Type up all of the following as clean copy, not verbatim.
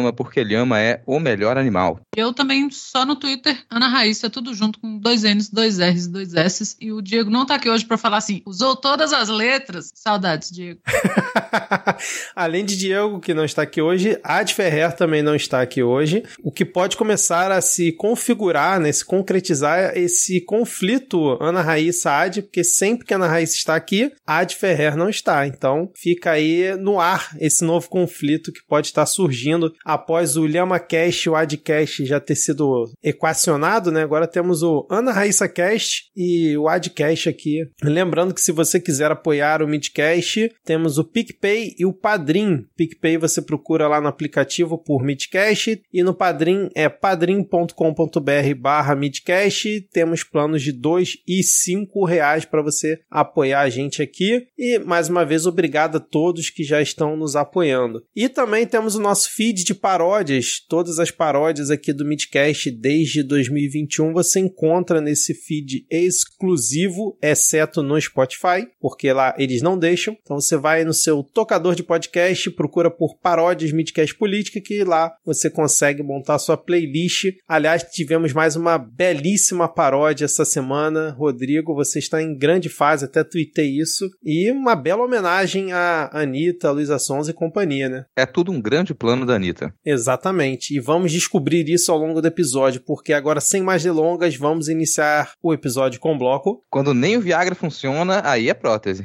lhama, porque lhama é o melhor animal. Eu também só no Twitter, Ana Raíssa, tudo junto com 2 N's, 2 R's, 2 S's. E o Diego não tá aqui hoje pra falar assim, usou todas as letras. Saudades, Diego. Além de Diego, que não está aqui hoje, Ad Ferrer também não está aqui hoje, o que pode começar a se configurar, né, se concretizar esse conflito Ana Raíssa Ad, porque sempre que a Ana Raíssa está aqui, Ad Ferrer não está. Então fica aí no ar esse novo conflito que pode estar surgindo após o LhamaCast e o AdCast já ter sido equacionado, né? Agora temos o Ana Raíssa Cast e o AdCast aqui. Lembrando que se você quiser apoiar o Midcast, temos o PicPay e o Padrim. PicPay você procura lá no aplicativo por Midcast e no Padrim é padrim.com.br/Midcast. Temos planos de R$2 e R$5 para você apoiar a gente aqui. E mais uma vez, obrigado a todos que já estão nos apoiando. E também temos o nosso feed de paródias. Todas as paródias aqui do Midcast desde 2021 você encontra nesse feed exclusivo, exceto no Spotify, porque lá eles não deixam. Então você vai no seu tocador de podcast, procura por Paródias Midcast Política, que lá você consegue montar sua playlist. Aliás, tivemos mais uma belíssima paródia essa semana. Rodrigo, você está em grande fase, até tuitei isso. E uma bela homenagem a Anitta, Luísa Sonza e companhia, né? É tudo um grande plano da Anitta. Exatamente. E vamos descobrir isso ao longo do episódio, porque agora, sem mais delongas, vamos iniciar o episódio com o bloco. Quando nem o Viagra funciona, aí é prótese.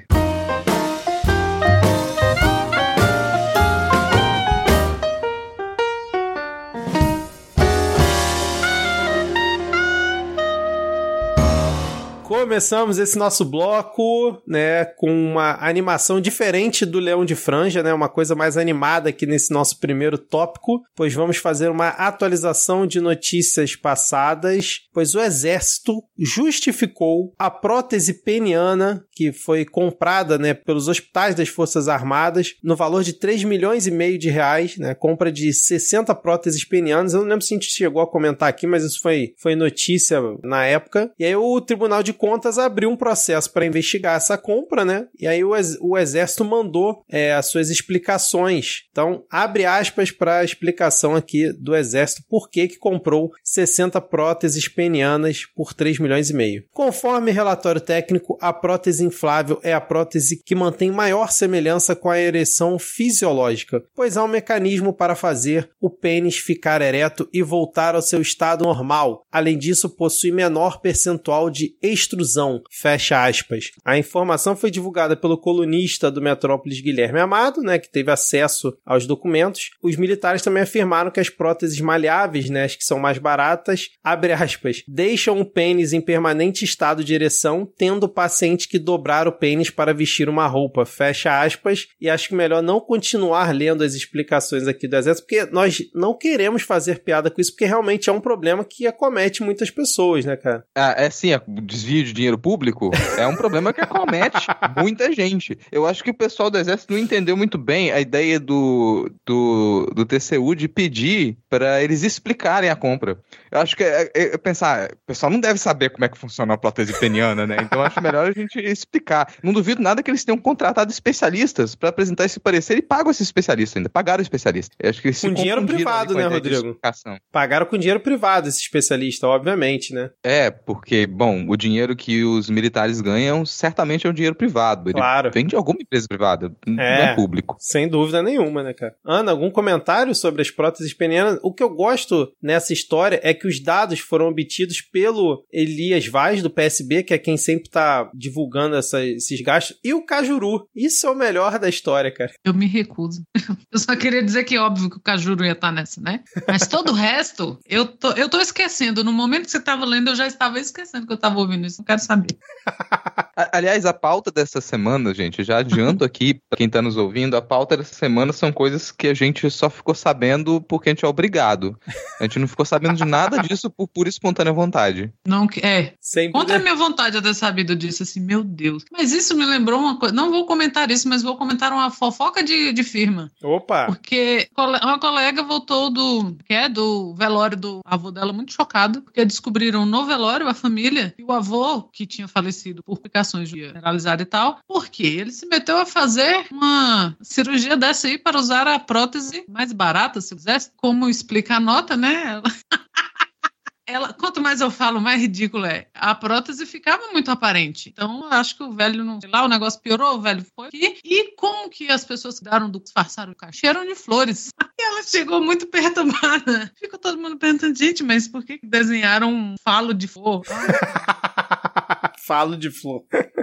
Começamos esse nosso bloco, né, com uma animação diferente do Leão de Franja, né, uma coisa mais animada aqui nesse nosso primeiro tópico, pois vamos fazer uma atualização de notícias passadas, pois o Exército justificou a prótese peniana que foi comprada, né, pelos hospitais das Forças Armadas no valor de R$3,5 milhões de reais, né, compra de 60 próteses penianas. Eu não lembro se a gente chegou a comentar aqui, mas isso foi notícia na época. E aí o Tribunal de Contas abriu um processo para investigar essa compra, né? E aí o Exército mandou as suas explicações. Então, abre aspas para a explicação aqui do Exército por que comprou 60 próteses penianas por R$3,5 milhões. Conforme relatório técnico, a prótese inflável é a prótese que mantém maior semelhança com a ereção fisiológica, pois há um mecanismo para fazer o pênis ficar ereto e voltar ao seu estado normal. Além disso, possui menor percentual de extrusão, fecha aspas. A informação foi divulgada pelo colunista do Metrópolis Guilherme Amado, né, que teve acesso aos documentos. Os militares também afirmaram que as próteses maleáveis, né, as que são mais baratas, abre aspas, deixam o pênis em permanente estado de ereção, tendo o paciente que dobrar o pênis para vestir uma roupa, fecha aspas. E acho que melhor não continuar lendo as explicações aqui do Exército, porque nós não queremos fazer piada com isso, porque realmente é um problema que acomete muitas pessoas, né, cara? Sim, o desvio de dinheiro público é um problema que acomete muita gente. Eu acho que o pessoal do Exército não entendeu muito bem a ideia do TCU de pedir para eles explicarem a compra. Eu acho que pensar, o pessoal não deve saber como é que funciona a prótese peniana, né? Então acho melhor a gente explicar. Não duvido nada que eles tenham contratado especialistas para apresentar esse parecer e pagam esse especialista ainda. Pagaram o especialista. Eu acho que eles com dinheiro privado, né, Rodrigo? Pagaram com dinheiro privado esse especialista, obviamente, né? Porque, bom, o dinheiro que os militares ganham certamente é um dinheiro privado. Ele claro. Vem de alguma empresa privada, não é público. Sem dúvida nenhuma, né, cara? Ana, algum comentário sobre as próteses penianas? O que eu gosto nessa história é que os dados foram obtidos pelo Elias Vaz, do PSB, que é quem sempre tá divulgando esses gastos, e o Cajuru. Isso é o melhor da história, cara. Eu me recuso. Eu só queria dizer que óbvio que o Cajuru ia estar nessa, né? Mas todo o resto, eu tô esquecendo. No momento que você tava lendo, eu já estava esquecendo que eu tava ouvindo isso. Não quero saber. Aliás, a pauta dessa semana, gente, já adianto aqui, pra quem tá nos ouvindo, a pauta dessa semana são coisas que a gente só ficou sabendo porque a gente é obrigado. A gente não ficou sabendo de nada disso por pura e espontânea vontade. Não, sempre contra a minha vontade eu ter sabido disso, assim, meu Deus. Mas isso me lembrou uma coisa, não vou comentar isso, mas vou comentar uma fofoca de firma. Opa! Porque uma colega voltou do velório do avô dela muito chocado, porque descobriram no velório, a família, e o avô general que tinha falecido por complicações generalizadas e tal, porque ele se meteu a fazer uma cirurgia dessa aí para usar a prótese mais barata, se quisesse. Como explica a nota, né? Quanto mais eu falo, mais ridículo é. A prótese ficava muito aparente. Então, eu acho que o velho, não sei lá, o negócio piorou, o velho foi aqui. E como que as pessoas que disfarçaram o cachê eram de flores. E ela chegou muito perturbada. Ficou todo mundo perguntando, gente, mas por que desenharam um falo de flor? Falo de flor.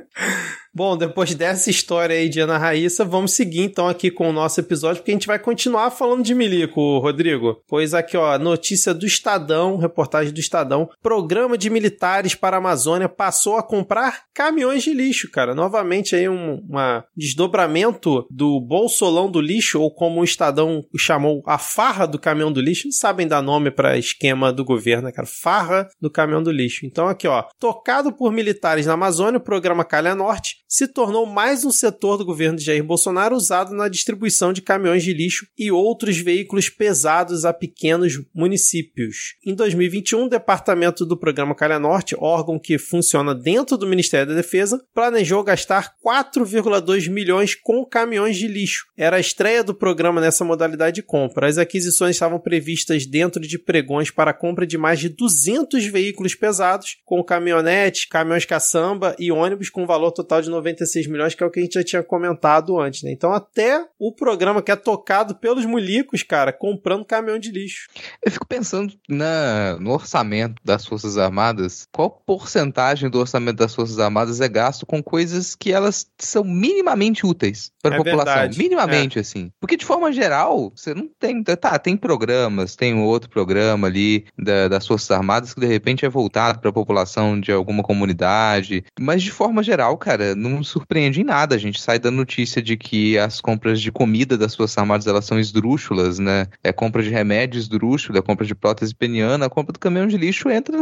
Bom, depois dessa história aí de Ana Raíssa, vamos seguir então aqui com o nosso episódio, porque a gente vai continuar falando de milico, Rodrigo. Pois aqui, ó, notícia do Estadão, reportagem do Estadão. Programa de militares para a Amazônia passou a comprar caminhões de lixo, cara. Novamente aí um desdobramento do bolsolão do lixo, ou como o Estadão chamou, a farra do caminhão do lixo. Não sabem dar nome para esquema do governo, né, cara? Farra do caminhão do lixo. Então aqui, ó, tocado por militares na Amazônia, o programa Calha Norte se tornou mais um setor do governo de Jair Bolsonaro usado na distribuição de caminhões de lixo e outros veículos pesados a pequenos municípios. Em 2021, o departamento do programa Calha Norte, órgão que funciona dentro do Ministério da Defesa, planejou gastar 4,2 milhões com caminhões de lixo. Era a estreia do programa nessa modalidade de compra. As aquisições estavam previstas dentro de pregões para a compra de mais de 200 veículos pesados, com caminhonetes, caminhões caçamba e ônibus com valor total de 96 milhões, que é o que a gente já tinha comentado antes, né? Então até o programa que é tocado pelos mulicos, cara, comprando caminhão de lixo. Eu fico pensando no orçamento das Forças Armadas, qual porcentagem do orçamento das Forças Armadas é gasto com coisas que elas são minimamente úteis para a população. Verdade. Minimamente, assim. Porque de forma geral, você não tem... tem programas, tem outro programa ali das Forças Armadas que de repente é voltado para a população de alguma comunidade, mas de forma geral, cara, não me surpreende em nada. A gente sai da notícia de que as compras de comida das Forças Armadas, elas são esdrúxulas, né? Compra de remédio esdrúxula, compra de prótese peniana, a compra do caminhão de lixo entra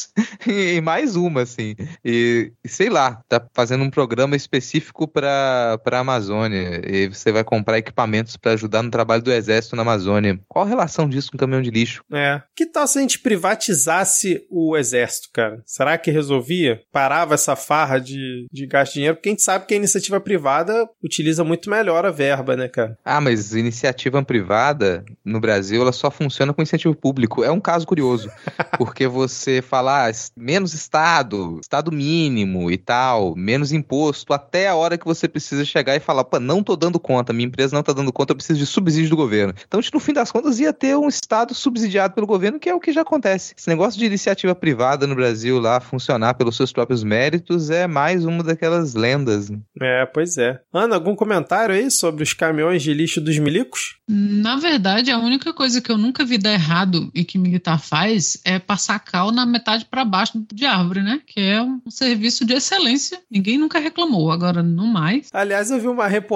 em mais uma, assim. E sei lá, tá fazendo um programa específico para a Amazônia, e você vai comprar equipamentos para ajudar no trabalho do Exército na Amazônia. Qual a relação disso com o caminhão de lixo? Que tal se a gente privatizasse o Exército, cara? Será que resolvia? Parava essa farra de gasto de dinheiro? Porque a gente sabe que a iniciativa privada utiliza muito melhor a verba, né, cara? Mas iniciativa privada, no Brasil, ela só funciona com incentivo público. É um caso curioso, porque você fala, menos Estado mínimo e tal, menos imposto, até a hora que você precisa chegar e falar, não tô dando conta, minha empresa não tá dando conta, eu preciso de subsídio do governo. Então, no fim das contas, ia ter um Estado subsidiado pelo governo, que é o que já acontece. Esse negócio de iniciativa privada no Brasil lá, funcionar pelos seus próprios méritos, é mais uma daquelas lendas. Pois é. Ana, algum comentário aí sobre os caminhões de lixo dos milicos? Na verdade, a única coisa que eu nunca vi dar errado e que militar faz é passar cal na metade para baixo de árvore, né? Que é um serviço de excelência. Ninguém nunca reclamou. Agora, não mais. Aliás, eu vi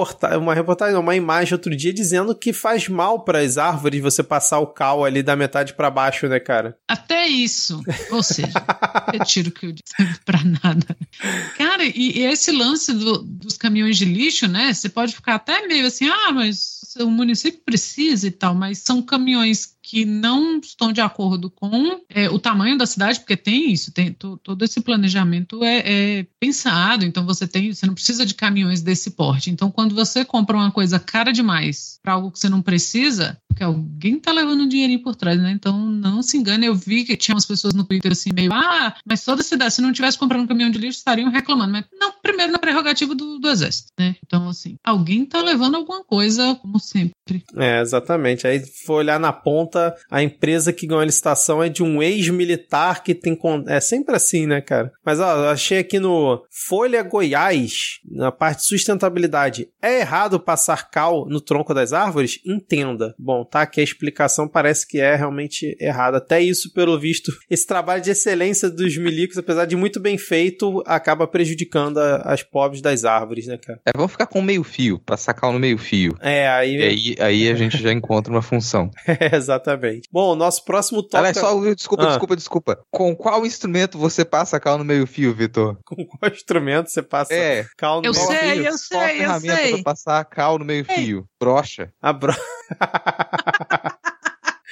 uma imagem outro dia dizendo que faz mal para as árvores você passar o cal ali da metade para baixo, né, cara? Até isso. Ou seja, retiro o que eu disse para nada. Cara, e esse lance dos caminhões de lixo, né? Você pode ficar até meio assim, mas o município precisa e tal, mas são caminhões que não estão de acordo com o tamanho da cidade, porque tem isso, todo esse planejamento é pensado, então você não precisa de caminhões desse porte. Então, quando você compra uma coisa cara demais para algo que você não precisa, porque alguém está levando um dinheirinho por trás, né? Então, não se engane. Eu vi que tinha umas pessoas no Twitter assim, meio, mas toda cidade, se não tivesse comprando um caminhão de lixo, estariam reclamando. Mas não, primeiro na prerrogativa do Exército, né? Então, assim, alguém está levando alguma coisa, como sempre. Exatamente. Aí, foi olhar na ponta, a empresa que ganhou a licitação é de um ex-militar que tem... É sempre assim, né, cara? Mas, ó, eu achei aqui no Folha Goiás, na parte de sustentabilidade, é errado passar cal no tronco das árvores? Entenda. Bom, tá aqui a explicação, parece que é realmente errado. Até isso, pelo visto, esse trabalho de excelência dos milicos, apesar de muito bem feito, acaba prejudicando as pobres das árvores, né, cara? Vamos ficar com meio fio, passar cal no meio fio. Aí a gente já encontra uma função. Exatamente. Bom, o nosso próximo tópico... Desculpa. Com qual instrumento você passa cal no meio fio, Vitor? Com qual instrumento você passa cal no meio fio? Eu sei. Qual a ferramenta pra passar cal no meio fio? Brocha. A brocha.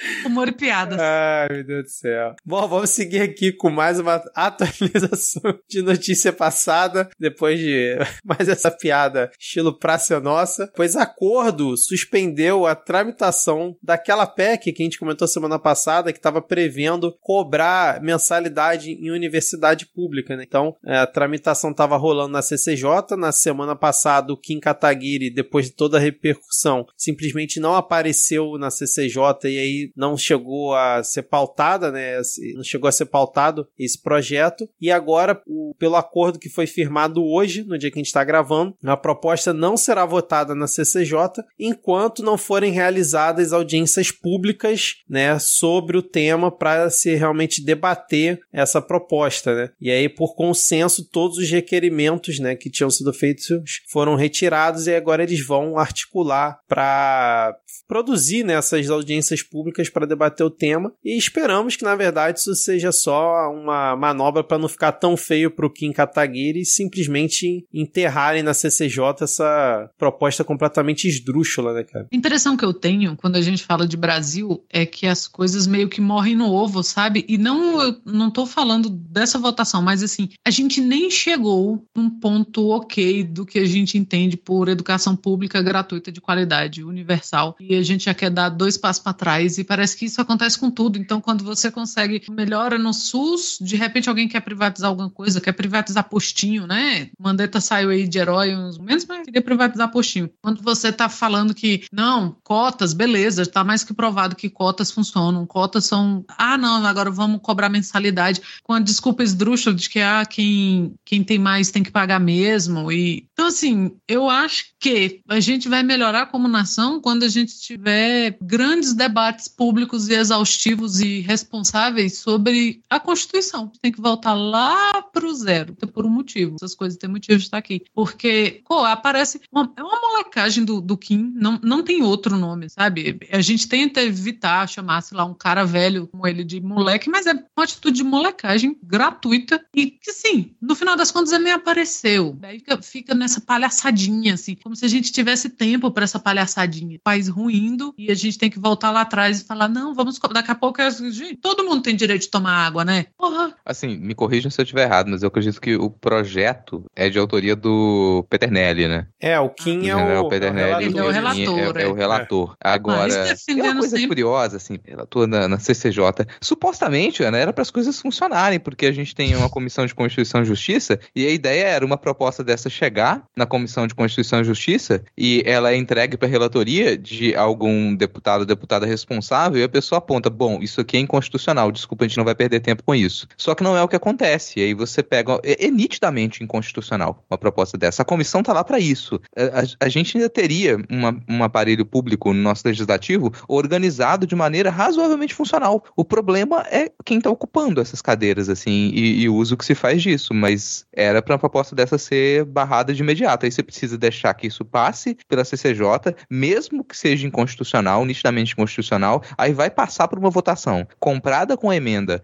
Humor e piadas. Ai, meu Deus do céu. Bom, vamos seguir aqui com mais uma atualização de notícia passada, depois de mais essa piada estilo Praça é Nossa, pois acordo suspendeu a tramitação daquela PEC que a gente comentou semana passada, que estava prevendo cobrar mensalidade em universidade pública, né? Então, a tramitação estava rolando na CCJ, na semana passada o Kim Kataguiri, depois de toda a repercussão, simplesmente não apareceu na CCJ e aí não chegou a ser pautada, né? Não chegou a ser pautado esse projeto. E agora, pelo acordo que foi firmado hoje, no dia que a gente está gravando, a proposta não será votada na CCJ enquanto não forem realizadas audiências públicas, né, sobre o tema para se realmente debater essa proposta, né? E aí, por consenso, todos os requerimentos, né, que tinham sido feitos foram retirados e agora eles vão articular para produzir, né, essas audiências públicas para debater o tema e esperamos que, na verdade, isso seja só uma manobra para não ficar tão feio para o Kim Kataguiri e simplesmente enterrarem na CCJ essa proposta completamente esdrúxula, né, cara? A impressão que eu tenho quando a gente fala de Brasil é que as coisas meio que morrem no ovo, sabe? E eu não tô falando dessa votação, mas assim, a gente nem chegou num ponto ok do que a gente entende por educação pública gratuita de qualidade, universal, e a gente já quer dar 2 passos para trás e parece que isso acontece com tudo. Então, quando você consegue melhora no SUS, de repente alguém quer privatizar alguma coisa, quer privatizar postinho, né? Mandetta saiu aí de herói uns momentos, mas queria privatizar postinho. Quando você tá falando que, não, cotas, beleza, tá mais que provado que cotas funcionam, cotas são, não, agora vamos cobrar mensalidade, com a desculpa esdrúxula de que, quem tem mais tem que pagar mesmo, e então assim, eu acho que a gente vai melhorar como nação quando a gente tiver grandes debates públicos e exaustivos e responsáveis sobre a Constituição. Tem que voltar lá pro zero, por um motivo. Essas coisas têm motivo de estar aqui. Porque, aparece... é uma molecagem do Kim, não tem outro nome, sabe? A gente tenta evitar chamar, sei lá, um cara velho como ele de moleque, mas é uma atitude de molecagem gratuita e que, sim, no final das contas ele nem apareceu. Daí fica nessa palhaçadinha, assim, como se a gente tivesse tempo para essa palhaçadinha. O país ruindo e a gente tem que voltar lá atrás e falar, não, daqui a pouco gente, todo mundo tem direito de tomar água, né? Porra. Assim, me corrijam se eu estiver errado, mas eu acredito que o projeto é de autoria do Peternelli, né? O Kim o Peternelli. Ele é o relator. É o relator. Agora, tem uma coisa curiosa, assim, relator na CCJ. Supostamente, Ana, era para as coisas funcionarem, porque a gente tem uma comissão de Constituição e Justiça e a ideia era uma proposta dessa chegar na comissão de Constituição e Justiça e ela é entregue para relatoria de algum deputado ou deputada responsável e a pessoa aponta, bom, isso aqui é inconstitucional, desculpa, a gente não vai perder tempo com isso. Só que não é o que acontece. E aí você pega... É nitidamente inconstitucional uma proposta dessa. A comissão tá lá para isso. A gente ainda teria um aparelho público no nosso legislativo organizado de maneira razoavelmente funcional. O problema é quem tá ocupando essas cadeiras, assim, e o uso que se faz disso. Mas era para uma proposta dessa ser barrada de imediato. Aí você precisa deixar que isso passe pela CCJ, mesmo que seja inconstitucional, nitidamente inconstitucional, aí vai passar por uma votação comprada com emenda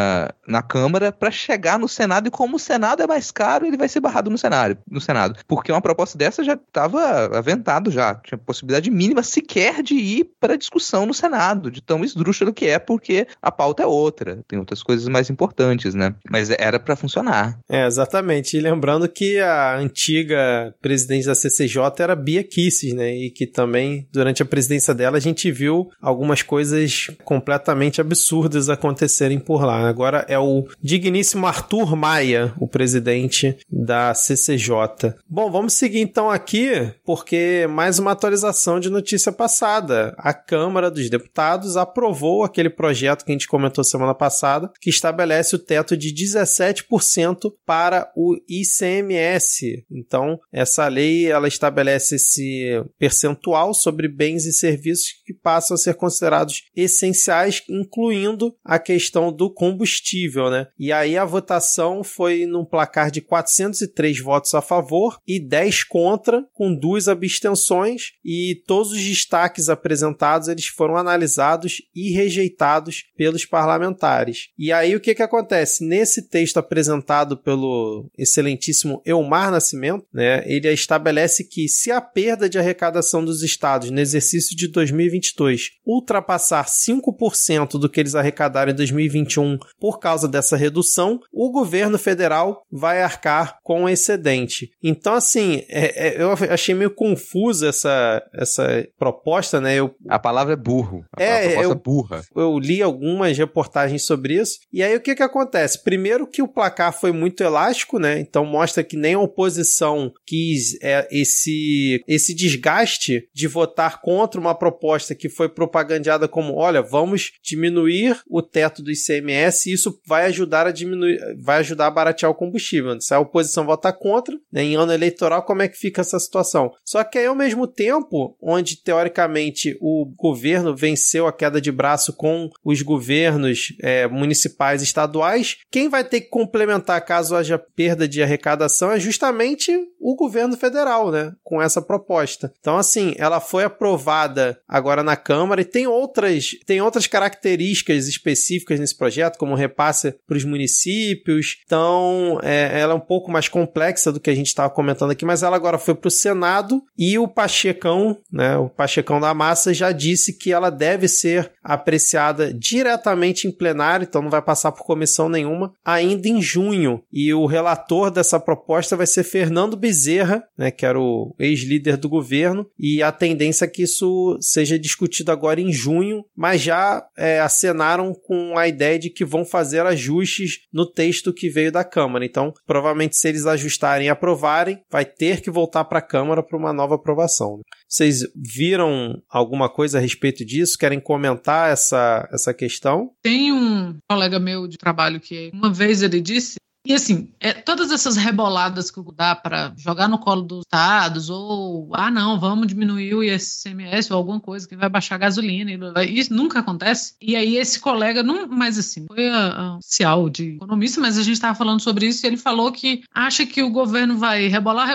na Câmara para chegar no Senado, e como o Senado é mais caro, ele vai ser barrado no Senado. Porque uma proposta dessa já estava aventado já, tinha possibilidade mínima sequer de ir para discussão no Senado, de tão esdrúxulo que é, porque a pauta é outra, tem outras coisas mais importantes, né? Mas era para funcionar. Exatamente, e lembrando que a antiga presidente da CCJ era Bia Kicis, né? E que também, durante a presidência dela, a gente viu algumas coisas completamente absurdas acontecerem por lá. Agora é o digníssimo Arthur Maia, o presidente da CCJ. Bom, vamos seguir então aqui, porque mais uma atualização de notícia passada. A Câmara dos Deputados aprovou aquele projeto que a gente comentou semana passada, que estabelece o teto de 17% para o ICMS. Então, essa lei, ela estabelece esse percentual sobre bens e serviços que passam a ser considerados essenciais, incluindo a questão do combustível, né? E aí a votação foi num placar de 403 votos a favor e 10 contra, com 2 abstenções, e todos os destaques apresentados, eles foram analisados e rejeitados pelos parlamentares. E aí o que acontece? Nesse texto apresentado pelo excelentíssimo Elmar Nascimento, né, ele estabelece que se a perda de arrecadação dos estados no exercício de 2022 ultrapassar repassar 5% do que eles arrecadaram em 2021 por causa dessa redução, o governo federal vai arcar com o excedente. Então, assim, eu achei meio confusa essa proposta, né? A palavra é burro. A proposta é burra. Eu li algumas reportagens sobre isso, e aí o que acontece? Primeiro que o placar foi muito elástico, né? Então mostra que nem a oposição quis esse desgaste de votar contra uma proposta que foi propagandeada como, olha, vamos diminuir o teto do ICMS e isso vai ajudar a baratear o combustível. Se a oposição votar contra, né, em ano eleitoral, como é que fica essa situação? Só que aí, ao mesmo tempo, onde teoricamente o governo venceu a queda de braço com os governos municipais e estaduais, quem vai ter que complementar caso haja perda de arrecadação é justamente o governo federal, né, com essa proposta. Então, assim, ela foi aprovada agora na Câmara e tem outras características específicas nesse projeto, como repasse para os municípios. Então, ela é um pouco mais complexa do que a gente estava comentando aqui, mas ela agora foi para o Senado e o Pachecão, né, o Pachecão da Massa, já disse que ela deve ser apreciada diretamente em plenário, então não vai passar por comissão nenhuma, ainda em junho. E o relator dessa proposta vai ser Fernando Bezerra, né, que era o ex-líder do governo, e a tendência é que isso seja discutido agora em junho, mas já acenaram com a ideia de que vão fazer ajustes no texto que veio da Câmara. Então, provavelmente, se eles ajustarem e aprovarem, vai ter que voltar para a Câmara para uma nova aprovação. Vocês viram alguma coisa a respeito disso? Querem comentar essa questão? Tem um colega meu de trabalho que uma vez ele disse, e assim, todas essas reboladas que dá para jogar no colo dos estados, ou, não, vamos diminuir o ICMS ou alguma coisa que vai baixar a gasolina, isso nunca acontece. E aí esse colega, mas assim, foi oficial de economista, mas a gente estava falando sobre isso e ele falou que acha que o governo vai rebolar,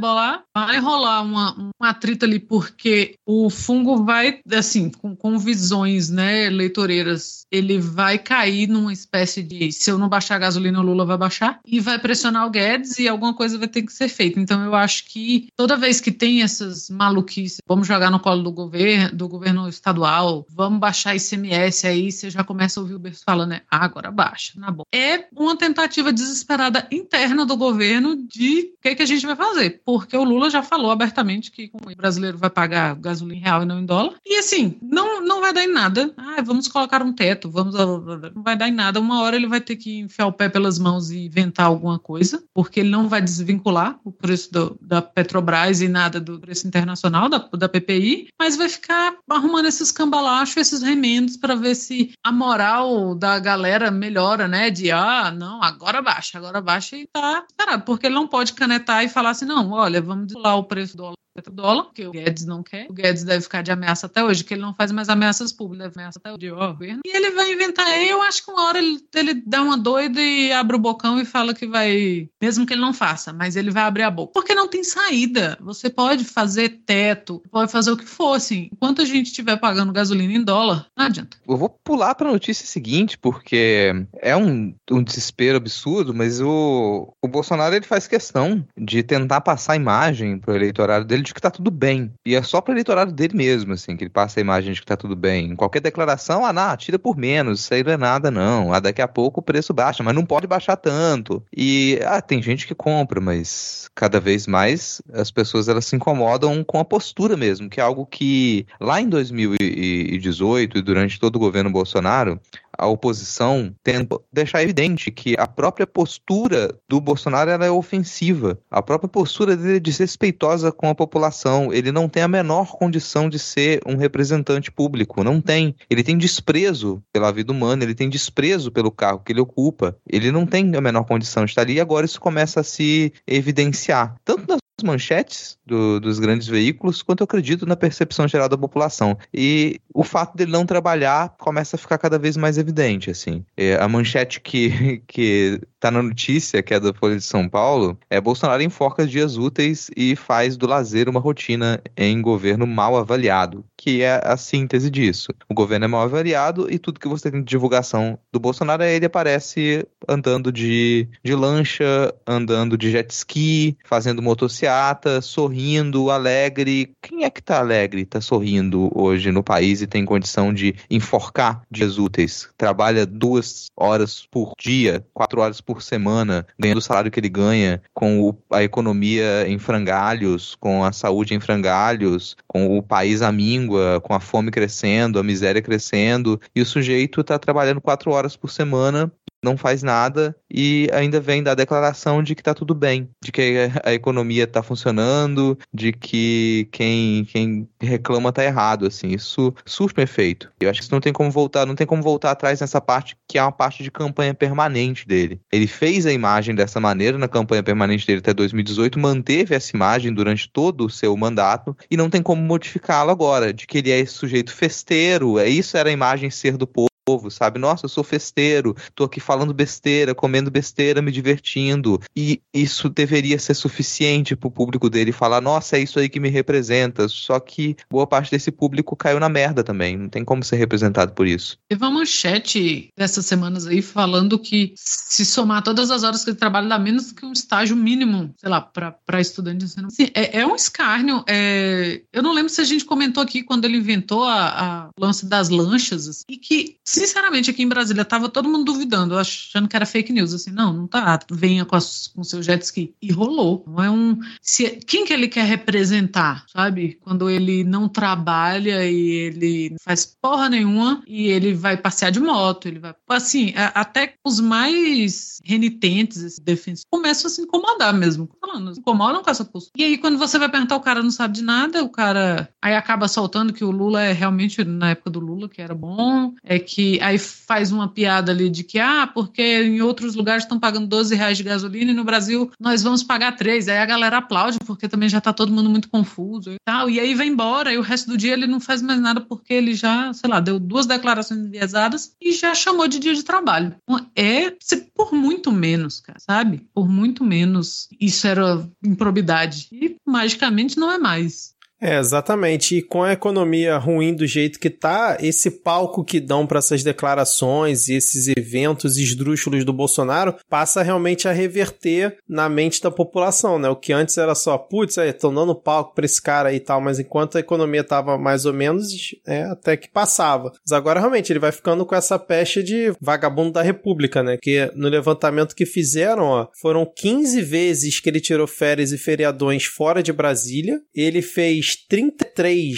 vai rolar um atrito ali, porque o fungo vai, assim, com visões, né, eleitoreiras, ele vai cair numa espécie de, se eu não baixar a gasolina, o Lula vai baixar, e vai pressionar o Guedes e alguma coisa vai ter que ser feita. Então eu acho que toda vez que tem essas maluquices, vamos jogar no colo do governo estadual, vamos baixar ICMS, aí você já começa a ouvir o berço falando, né? Agora baixa, na boa. É uma tentativa desesperada interna do governo de o que a gente vai fazer, porque o Lula já falou abertamente que o brasileiro vai pagar gasolina em real e não em dólar, e assim, não vai dar em nada. Vamos colocar um teto, não vai dar em nada. Uma hora ele vai ter que enfiar o pé pelas mãos e inventar alguma coisa, porque ele não vai desvincular o preço da Petrobras e nada do preço internacional da PPI, mas vai ficar arrumando esses cambalachos, esses remendos para ver se a moral da galera melhora, né? De, não, agora baixa e tá esperado, porque ele não pode canetar e falar assim, não, olha, vamos desvincular o preço do dólar, que o Guedes não quer. O Guedes deve ficar de ameaça até hoje, que ele não faz mais ameaças públicas, deve ameaça até hoje, governo. E ele vai inventar, eu acho que uma hora ele dá uma doida e abre o bocão e fala que vai, mesmo que ele não faça, mas ele vai abrir a boca. Porque não tem saída. Você pode fazer teto, pode fazer o que for, assim. Enquanto a gente estiver pagando gasolina em dólar, não adianta. Eu vou pular para a notícia seguinte, porque é um desespero absurdo, mas o Bolsonaro, ele faz questão de tentar passar a imagem pro eleitorado dele de que tá tudo bem. E é só pro eleitorado dele mesmo, assim, que ele passa a imagem de que tá tudo bem. Em qualquer declaração, tira por menos, isso aí não é nada, não. Daqui a pouco o preço baixa, mas não pode baixar tanto. E, tem gente que compra, mas cada vez mais as pessoas, elas se incomodam com a postura mesmo, que é algo que lá em 2018 e durante todo o governo Bolsonaro, a oposição tenta deixar evidente que a própria postura do Bolsonaro, ela é ofensiva. A própria postura dele é desrespeitosa com a população. Ele não tem a menor condição de ser um representante público. Não tem. Ele tem desprezo pela vida humana, ele tem desprezo pelo cargo que ele ocupa. Ele não tem a menor condição de estar ali e agora isso começa a se evidenciar. Tanto nas manchetes dos grandes veículos, quanto eu acredito na percepção geral da população. E o fato dele não trabalhar começa a ficar cada vez mais evidente, assim. A manchete que tá na notícia, que é da Folha de São Paulo, é: Bolsonaro enfoca dias úteis e faz do lazer uma rotina em governo mal avaliado, que é a síntese disso. O governo é mal avaliado e tudo que você tem de divulgação do Bolsonaro, ele aparece andando de lancha, andando de jet ski, fazendo motocicleta, passeata, sorrindo, alegre. Quem é que tá alegre, tá sorrindo hoje no país e tem condição de enforcar dias úteis? Trabalha 2 horas por dia, 4 horas por semana, ganhando o salário que ele ganha, com a economia em frangalhos, com a saúde em frangalhos, com o país à míngua, com a fome crescendo, a miséria crescendo, e o sujeito tá trabalhando 4 horas por semana, não faz nada e ainda vem dar declaração de que tá tudo bem, de que a economia tá funcionando, de que quem reclama tá errado, assim. Isso surte um efeito. Eu acho que isso não tem como voltar atrás nessa parte que é uma parte de campanha permanente dele. Ele fez a imagem dessa maneira na campanha permanente dele até 2018, manteve essa imagem durante todo o seu mandato e não tem como modificá-lo agora, de que ele é esse sujeito festeiro, isso era a imagem ser do povo, sabe? Nossa, eu sou festeiro, tô aqui falando besteira, comendo besteira, me divertindo. E isso deveria ser suficiente pro público dele falar, nossa, é isso aí que me representa. Só que boa parte desse público caiu na merda também. Não tem como ser representado por isso. Teve uma manchete dessas semanas aí falando que se somar todas as horas que ele trabalha, dá menos que um estágio mínimo, sei lá, pra estudante de ensino. Assim, é um escárnio. Eu não lembro se a gente comentou aqui quando ele inventou a lance das lanchas, assim, e que sinceramente, aqui em Brasília, tava todo mundo duvidando, achando que era fake news, assim, não tá, venha com seu jet ski. E rolou. Não é quem que ele quer representar, sabe? Quando ele não trabalha e ele não faz porra nenhuma e ele vai passear de moto, ele vai... Assim, até os mais renitentes, esses defensores, começam a se incomodar mesmo. Falando, se incomodam com essa postura. E aí, quando você vai perguntar, o cara não sabe de nada, o cara aí acaba soltando que o Lula é realmente, na época do Lula, que era bom, que aí faz uma piada ali de que, porque em outros lugares estão pagando R$12 de gasolina e no Brasil nós vamos pagar 3. Aí a galera aplaude porque também já tá todo mundo muito confuso e tal. E aí vai embora e o resto do dia ele não faz mais nada porque ele já, sei lá, deu 2 declarações enviesadas e já chamou de dia de trabalho. Então, por muito menos, cara, sabe? Por muito menos isso era improbidade. E magicamente não é mais. Exatamente. E com a economia ruim do jeito que tá, esse palco que dão para essas declarações e esses eventos esdrúxulos do Bolsonaro passa realmente a reverter na mente da população, né? O que antes era só, putz, estão dando palco pra esse cara aí e tal, mas enquanto a economia tava mais ou menos, até que passava. Mas agora realmente ele vai ficando com essa pecha de vagabundo da república, né? Que no levantamento que fizeram, foram 15 vezes que ele tirou férias e feriadões fora de Brasília. Ele fez 33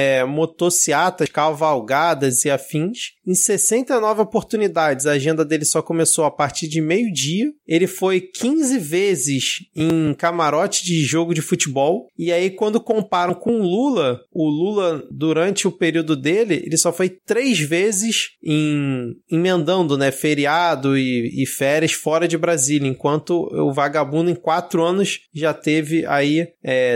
motociatas, cavalgadas e afins. Em 69 oportunidades, a agenda dele só começou a partir de meio-dia. Ele foi 15 vezes em camarote de jogo de futebol. E aí, quando comparam com o Lula, durante o período dele, ele só foi 3 vezes emendando, né, feriado e férias fora de Brasília, enquanto o vagabundo em 4 anos já teve aí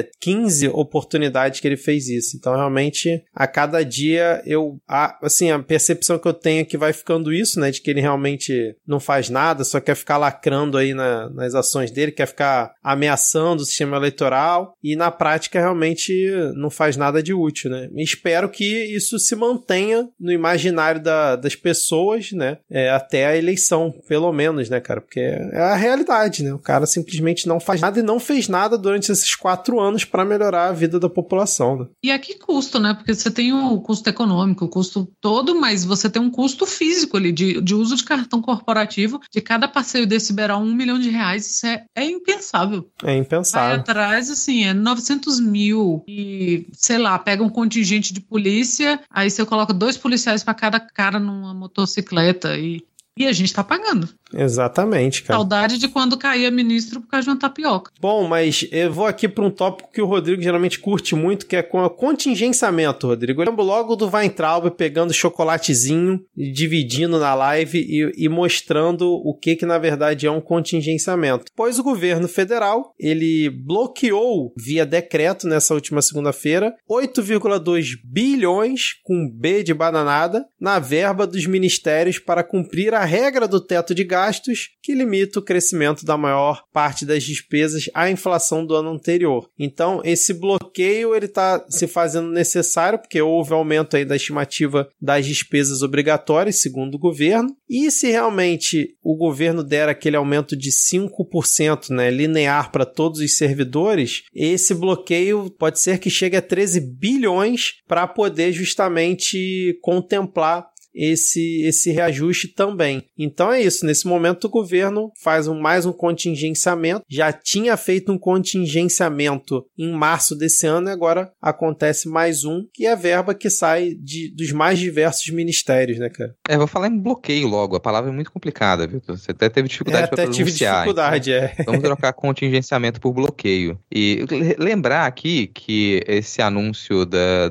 15 oportunidades que ele fez isso. Então, realmente, a cada dia a percepção que eu tenho é que vai ficando isso, né, de que ele realmente não faz nada, só quer ficar lacrando aí nas ações dele, quer ficar ameaçando o sistema eleitoral e, na prática, realmente não faz nada de útil, né. E espero que isso se mantenha no imaginário das pessoas, né, até a eleição, pelo menos, né, cara, porque é a realidade, né, o cara simplesmente não faz nada e não fez nada durante esses 4 anos para melhorar a vida da população. Né? E a que custo, né? Porque você tem o custo econômico, o custo todo, mas você tem um custo físico ali de uso de cartão corporativo. De cada passeio desse beirar R$1 milhão. Isso é impensável. É impensável. Vai atrás, assim, 900 mil e, sei lá, pega um contingente de polícia, aí você coloca 2 policiais para cada cara numa motocicleta e a gente tá pagando. Exatamente, cara. Saudade de quando caía ministro por causa de uma tapioca. Bom, mas eu vou aqui para um tópico que o Rodrigo geralmente curte muito, que é com o contingenciamento, Rodrigo. Eu lembro logo do Weintraub pegando chocolatezinho, dividindo na live e mostrando o que na verdade é um contingenciamento. Pois o governo federal, ele bloqueou via decreto nessa última segunda-feira 8,2 bilhões, com B de bananada, na verba dos ministérios para cumprir a regra do teto de gastos gastos, que limita o crescimento da maior parte das despesas à inflação do ano anterior. Então, esse bloqueio ele está se fazendo necessário, porque houve aumento aí da estimativa das despesas obrigatórias, segundo o governo, e se realmente o governo der aquele aumento de 5%, né, linear para todos os servidores, esse bloqueio pode ser que chegue a 13 bilhões para poder justamente contemplar esse reajuste também. Então é isso, nesse momento o governo faz mais um contingenciamento, já tinha feito um contingenciamento em março desse ano e agora acontece mais um, que é a verba que sai dos mais diversos ministérios, né, cara? Vou falar em bloqueio logo, a palavra é muito complicada, viu? Você até teve dificuldade para pronunciar. Tive dificuldade, então, vamos trocar contingenciamento por bloqueio. E lembrar aqui que esse anúncio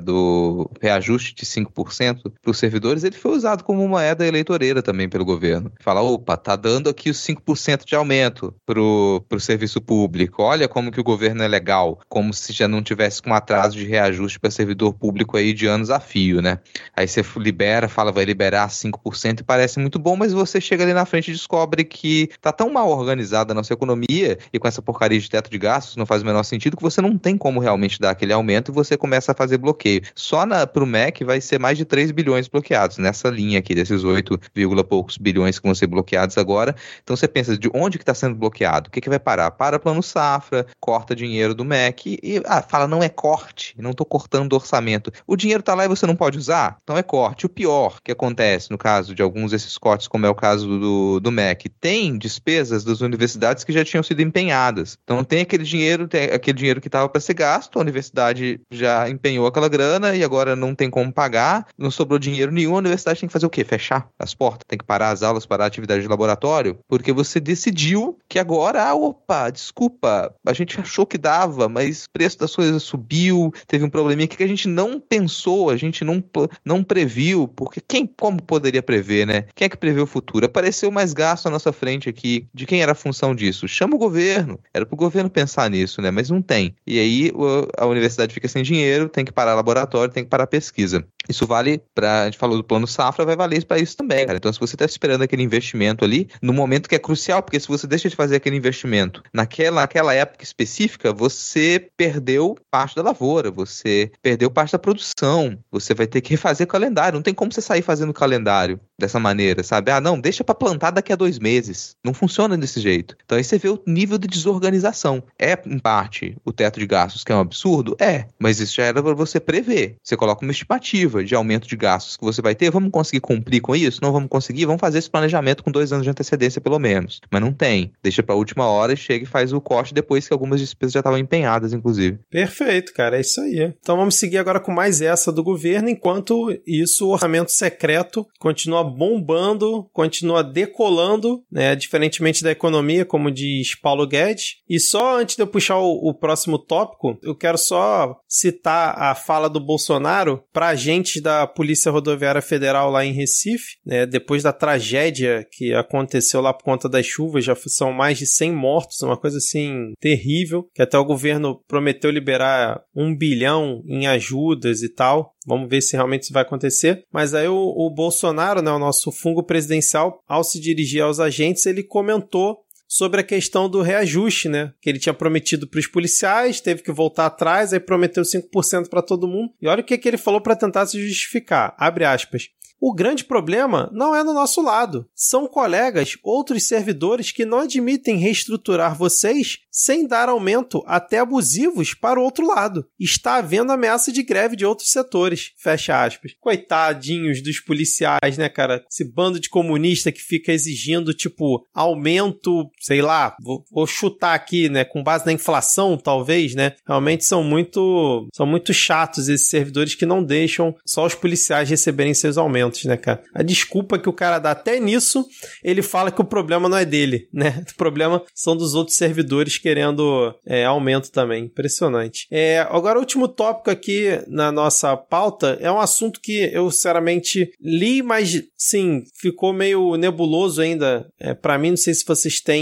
do reajuste de 5% para os servidores, ele foi usado como moeda eleitoreira também pelo governo. Fala, opa, tá dando aqui os 5% de aumento pro serviço público. Olha como que o governo é legal, como se já não tivesse com atraso de reajuste para servidor público aí de anos a fio, né? Aí você fala, vai liberar 5% e parece muito bom, mas você chega ali na frente e descobre que tá tão mal organizada a nossa economia e com essa porcaria de teto de gastos não faz o menor sentido que você não tem como realmente dar aquele aumento e você começa a fazer bloqueio. Só pro MEC vai ser mais de 3 bilhões bloqueados nessa linha aqui, desses 8, poucos bilhões que vão ser bloqueados agora. Então você pensa, de onde que está sendo bloqueado? O que vai parar? Para plano safra, corta dinheiro do MEC e fala, não é corte, não estou cortando o orçamento. O dinheiro está lá e você não pode usar? Então é corte. O pior que acontece no caso de alguns desses cortes, como é o caso do MEC, tem despesas das universidades que já tinham sido empenhadas. Então tem aquele dinheiro que estava para ser gasto, a universidade já empenhou aquela grana e agora não tem como pagar, não sobrou dinheiro nenhum, a universidade tem que fazer o quê? Fechar as portas, tem que parar as aulas, parar a atividade de laboratório, porque você decidiu que agora, desculpa, a gente achou que dava, mas o preço das coisas subiu, teve um probleminha que a gente não pensou, a gente não previu, porque como poderia prever, né? Quem é que prevê o futuro? Apareceu mais gasto na nossa frente aqui, de quem era a função disso? Chama o governo, era pro governo pensar nisso, né? Mas não tem. E aí a universidade fica sem dinheiro, tem que parar laboratório, tem que parar pesquisa. Isso vale a gente falou do plano safra, vai valer para isso também, cara. Então, se você está esperando aquele investimento ali, no momento que é crucial, porque se você deixa de fazer aquele investimento naquela época específica, você perdeu parte da lavoura, você perdeu parte da produção, você vai ter que refazer o calendário. Não tem como você sair fazendo calendário dessa maneira, sabe? Não, deixa para plantar daqui a 2 meses. Não funciona desse jeito. Então, aí você vê o nível de desorganização. Em parte, o teto de gastos, que é um absurdo? Mas isso já era para você prever. Você coloca uma estimativa de aumento de gastos que você vai ter, vamos conseguir cumprir com isso? Não vamos conseguir? Vamos fazer esse planejamento com 2 anos de antecedência, pelo menos. Mas não tem. Deixa pra última hora e chega e faz o corte depois que algumas despesas já estavam empenhadas, inclusive. Perfeito, cara. É isso aí. Então vamos seguir agora com mais essa do governo. Enquanto isso, o orçamento secreto continua bombando, continua decolando, né? Diferentemente da economia, como diz Paulo Guedes. E só antes de eu puxar o próximo tópico, eu quero só citar a fala do Bolsonaro para agentes da Polícia Rodoviária Federal lá em Recife, né? Depois da tragédia que aconteceu lá por conta das chuvas, já são mais de 100 mortos, uma coisa assim terrível, que até o governo prometeu liberar 1 bilhão em ajudas e tal. Vamos ver se realmente isso vai acontecer. Mas aí o Bolsonaro, né, o nosso fungo presidencial, ao se dirigir aos agentes, ele comentou sobre a questão do reajuste, né? Que ele tinha prometido para os policiais, teve que voltar atrás, aí prometeu 5% para todo mundo. E olha o que ele falou para tentar se justificar. Abre aspas. O grande problema não é no nosso lado. São colegas, outros servidores que não admitem reestruturar vocês sem dar aumento até abusivos para o outro lado. Está havendo ameaça de greve de outros setores. Fecha aspas. Coitadinhos dos policiais, né, cara? Esse bando de comunista que fica exigindo, tipo, aumento, sei lá, vou chutar aqui, né, com base na inflação, talvez, né? Realmente são muito chatos esses servidores que não deixam só os policiais receberem seus aumentos. Né, cara? A desculpa que o cara dá até nisso, ele fala que o problema não é dele, né? O problema são dos outros servidores querendo aumento também. Impressionante. Agora, o último tópico aqui na nossa pauta é um assunto que eu, sinceramente, li, mas, sim, ficou meio nebuloso ainda. Pra mim, não sei se vocês têm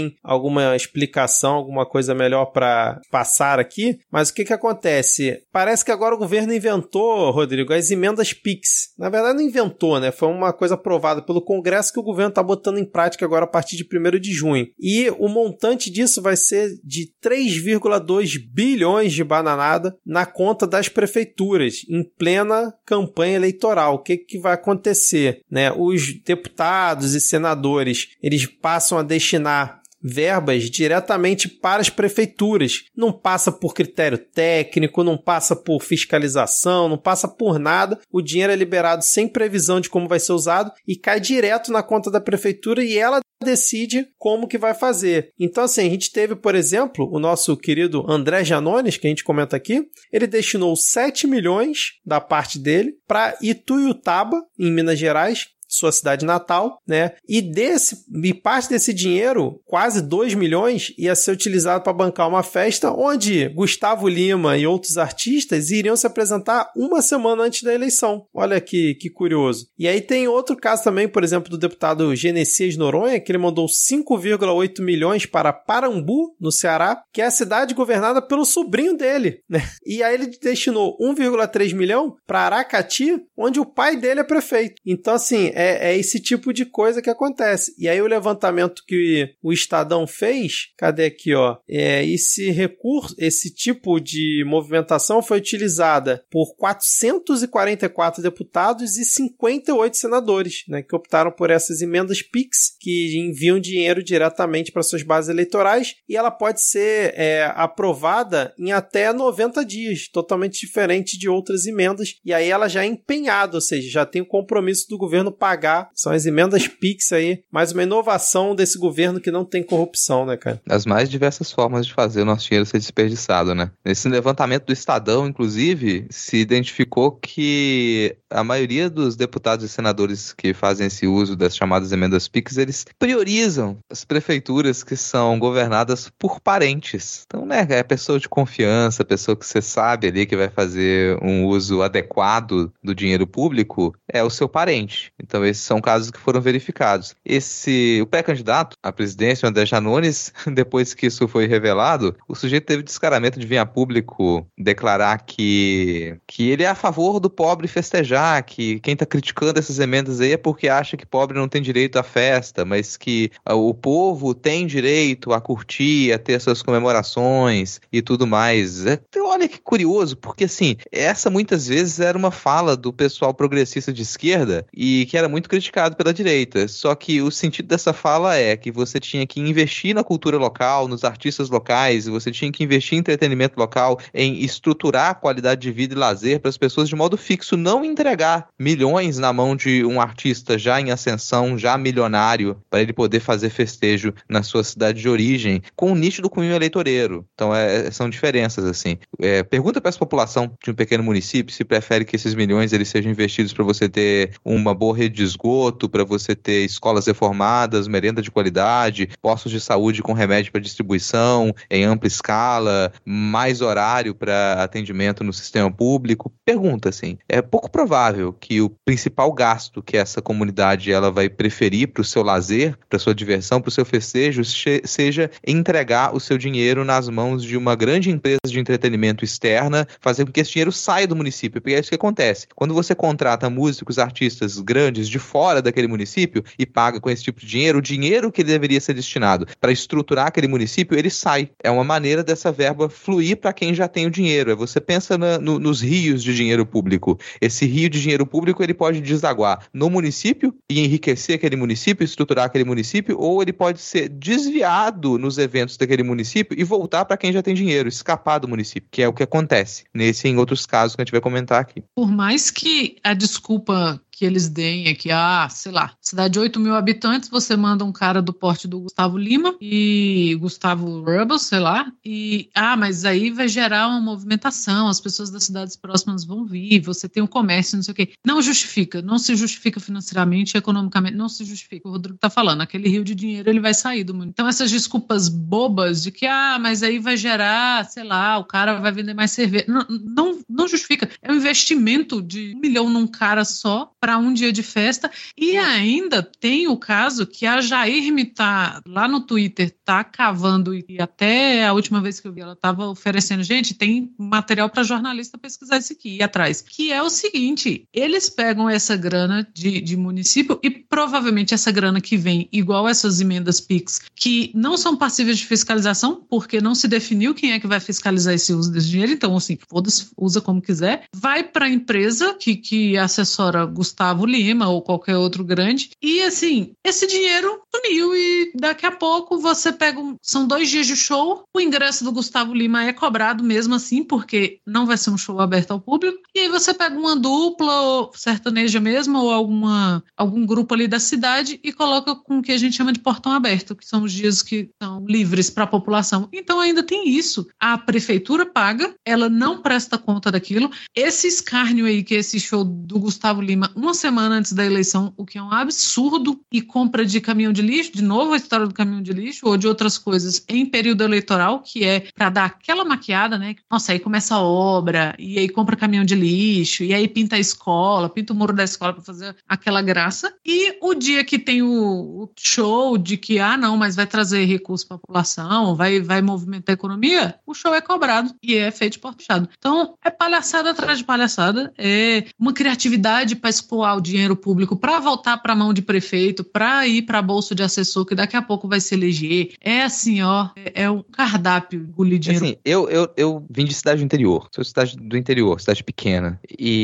tem alguma explicação, alguma coisa melhor para passar aqui, mas o que acontece? Parece que agora o governo inventou, Rodrigo, as emendas PIX. Na verdade não inventou, né? Foi uma coisa aprovada pelo Congresso que o governo está botando em prática agora a partir de 1º de junho. E o montante disso vai ser de 3,2 bilhões de bananada na conta das prefeituras, em plena campanha eleitoral. O que vai acontecer? Né? Os deputados e senadores, eles passam a destinar verbas diretamente para as prefeituras. Não passa por critério técnico, não passa por fiscalização, não passa por nada. O dinheiro é liberado sem previsão de como vai ser usado e cai direto na conta da prefeitura e ela decide como que vai fazer. Então, assim, a gente teve, por exemplo, o nosso querido André Janones, que a gente comenta aqui, ele destinou 7 milhões da parte dele para Ituiutaba, em Minas Gerais, sua cidade natal, né? E parte desse dinheiro, quase 2 milhões, ia ser utilizado para bancar uma festa onde Gustavo Lima e outros artistas iriam se apresentar uma semana antes da eleição. Olha que curioso. E aí tem outro caso também, por exemplo, do deputado Genesias Noronha, que ele mandou 5,8 milhões para Parambu, no Ceará, que é a cidade governada pelo sobrinho dele, né? E aí ele destinou 1,3 milhão para Aracati, onde o pai dele é prefeito. Então, assim, é esse tipo de coisa que acontece. E aí o levantamento que o Estadão fez, cadê aqui, ó? Esse recurso, esse tipo de movimentação foi utilizada por 444 deputados e 58 senadores, né, que optaram por essas emendas PIX, que enviam dinheiro diretamente para suas bases eleitorais, e ela pode ser aprovada em até 90 dias, totalmente diferente de outras emendas, e aí ela já é empenhada, ou seja, já tem o compromisso do governo pagar, são as emendas PIX aí, mais uma inovação desse governo que não tem corrupção, né, cara? As mais diversas formas de fazer o nosso dinheiro ser desperdiçado, né? Nesse levantamento do Estadão, inclusive, se identificou que a maioria dos deputados e senadores que fazem esse uso das chamadas emendas PIX, eles priorizam as prefeituras que são governadas por parentes. Então, né, é pessoa de confiança, pessoa que você sabe ali que vai fazer um uso adequado do dinheiro público, é o seu parente. Então, esses são casos que foram verificados. O pré-candidato à presidência, o André Janones, depois que isso foi revelado, o sujeito teve descaramento de vir a público declarar que ele é a favor do pobre festejar, que quem está criticando essas emendas aí é porque acha que pobre não tem direito à festa, mas que o povo tem direito a curtir, a ter suas comemorações e tudo mais. Olha que curioso, porque assim, essa muitas vezes era uma fala do pessoal progressista de esquerda e que era muito criticado pela direita. Só que o sentido dessa fala é que você tinha que investir na cultura local, nos artistas locais, você tinha que investir em entretenimento local, em estruturar a qualidade de vida e lazer para as pessoas de modo fixo, não entregar milhões na mão de um artista já em ascensão, já milionário, para ele poder fazer festejo na sua cidade de origem, com um nítido cunho eleitoreiro. Então, são diferenças, assim. Pergunta para essa população de um pequeno município se prefere que esses milhões eles sejam investidos para você ter uma boa rede de esgoto, para você ter escolas reformadas, merenda de qualidade, postos de saúde com remédio para distribuição em ampla escala, mais horário para atendimento no sistema público. Pergunta, assim. É pouco provável que o principal gasto que essa comunidade ela vai preferir para o seu lazer, para sua diversão, para o seu festejo, seja entregar o seu dinheiro nas mãos de uma grande empresa de entretenimento externa, fazer com que esse dinheiro saia do município, porque é isso que acontece. Quando você contrata músicos, artistas grandes de fora daquele município e paga com esse tipo de dinheiro, o dinheiro que deveria ser destinado para estruturar aquele município, ele sai. É uma maneira dessa verba fluir para quem já tem o dinheiro. Você pensa nos rios de dinheiro público. Esse rio de dinheiro público, ele pode desaguar no município e enriquecer aquele município, estruturar aquele município, ou ele pode ser desviado nos eventos daquele município e voltar para quem já tem dinheiro, escapar do município, que é o que acontece nesse e em outros casos que a gente vai comentar aqui. Por mais que a desculpa que eles deem é que, sei lá, cidade de 8 mil habitantes, você manda um cara do porte do Gustavo Lima e Gustavo Rubble, sei lá, e, mas aí vai gerar uma movimentação, as pessoas das cidades próximas vão vir, você tem um comércio, não sei o quê. Não justifica, não se justifica financeiramente, economicamente, não se justifica. O Rodrigo tá falando, aquele rio de dinheiro, ele vai sair do mundo. Então, essas desculpas bobas de que, mas aí vai gerar, sei lá, o cara vai vender mais cerveja. Não justifica. É um investimento de 1 milhão num cara só, para um dia de festa. E ainda tem o caso que a Jair tá lá no Twitter, tá cavando, e até a última vez que eu vi, ela estava oferecendo, gente, tem material para jornalista pesquisar isso aqui, ir atrás. Que é o seguinte, eles pegam essa grana de município e provavelmente essa grana que vem, igual essas emendas PIX, que não são passíveis de fiscalização, porque não se definiu quem é que vai fiscalizar esse uso desse dinheiro, então assim, foda-se, usa como quiser, vai para a empresa que assessora Gustavo Lima ou qualquer outro grande, e assim, esse dinheiro sumiu e daqui a pouco você pega, são 2 dias de show, o ingresso do Gustavo Lima é cobrado mesmo assim, porque não vai ser um show aberto ao público, e aí você pega uma dupla, ou sertaneja mesmo, ou algum grupo ali da cidade e coloca com o que a gente chama de portão aberto, que são os dias que são livres para a população. Então ainda tem isso. A prefeitura paga, ela não presta conta daquilo. Esse escárnio aí, que é esse show do Gustavo Lima, uma semana antes da eleição, o que é um absurdo, e compra de caminhão de lixo, de novo a história do caminhão de lixo, ou de outras coisas em período eleitoral, que é para dar aquela maquiada, né? Nossa, aí começa a obra, e aí compra caminhão de lixo, e aí pinta a escola, pinta o muro da escola para fazer aquela graça. E o dia que tem o show de que, não, mas vai trazer recurso para a população, vai movimentar a economia, o show é cobrado e é feito de porta fechada. Então, é palhaçada atrás de palhaçada, é uma criatividade para escoar o dinheiro público para voltar para a mão de prefeito, para ir para a bolsa de assessor, que daqui a pouco vai se eleger. É assim, é um cardápio engolir dinheiro. Assim, eu vim de cidade do interior, sou cidade do interior, cidade pequena,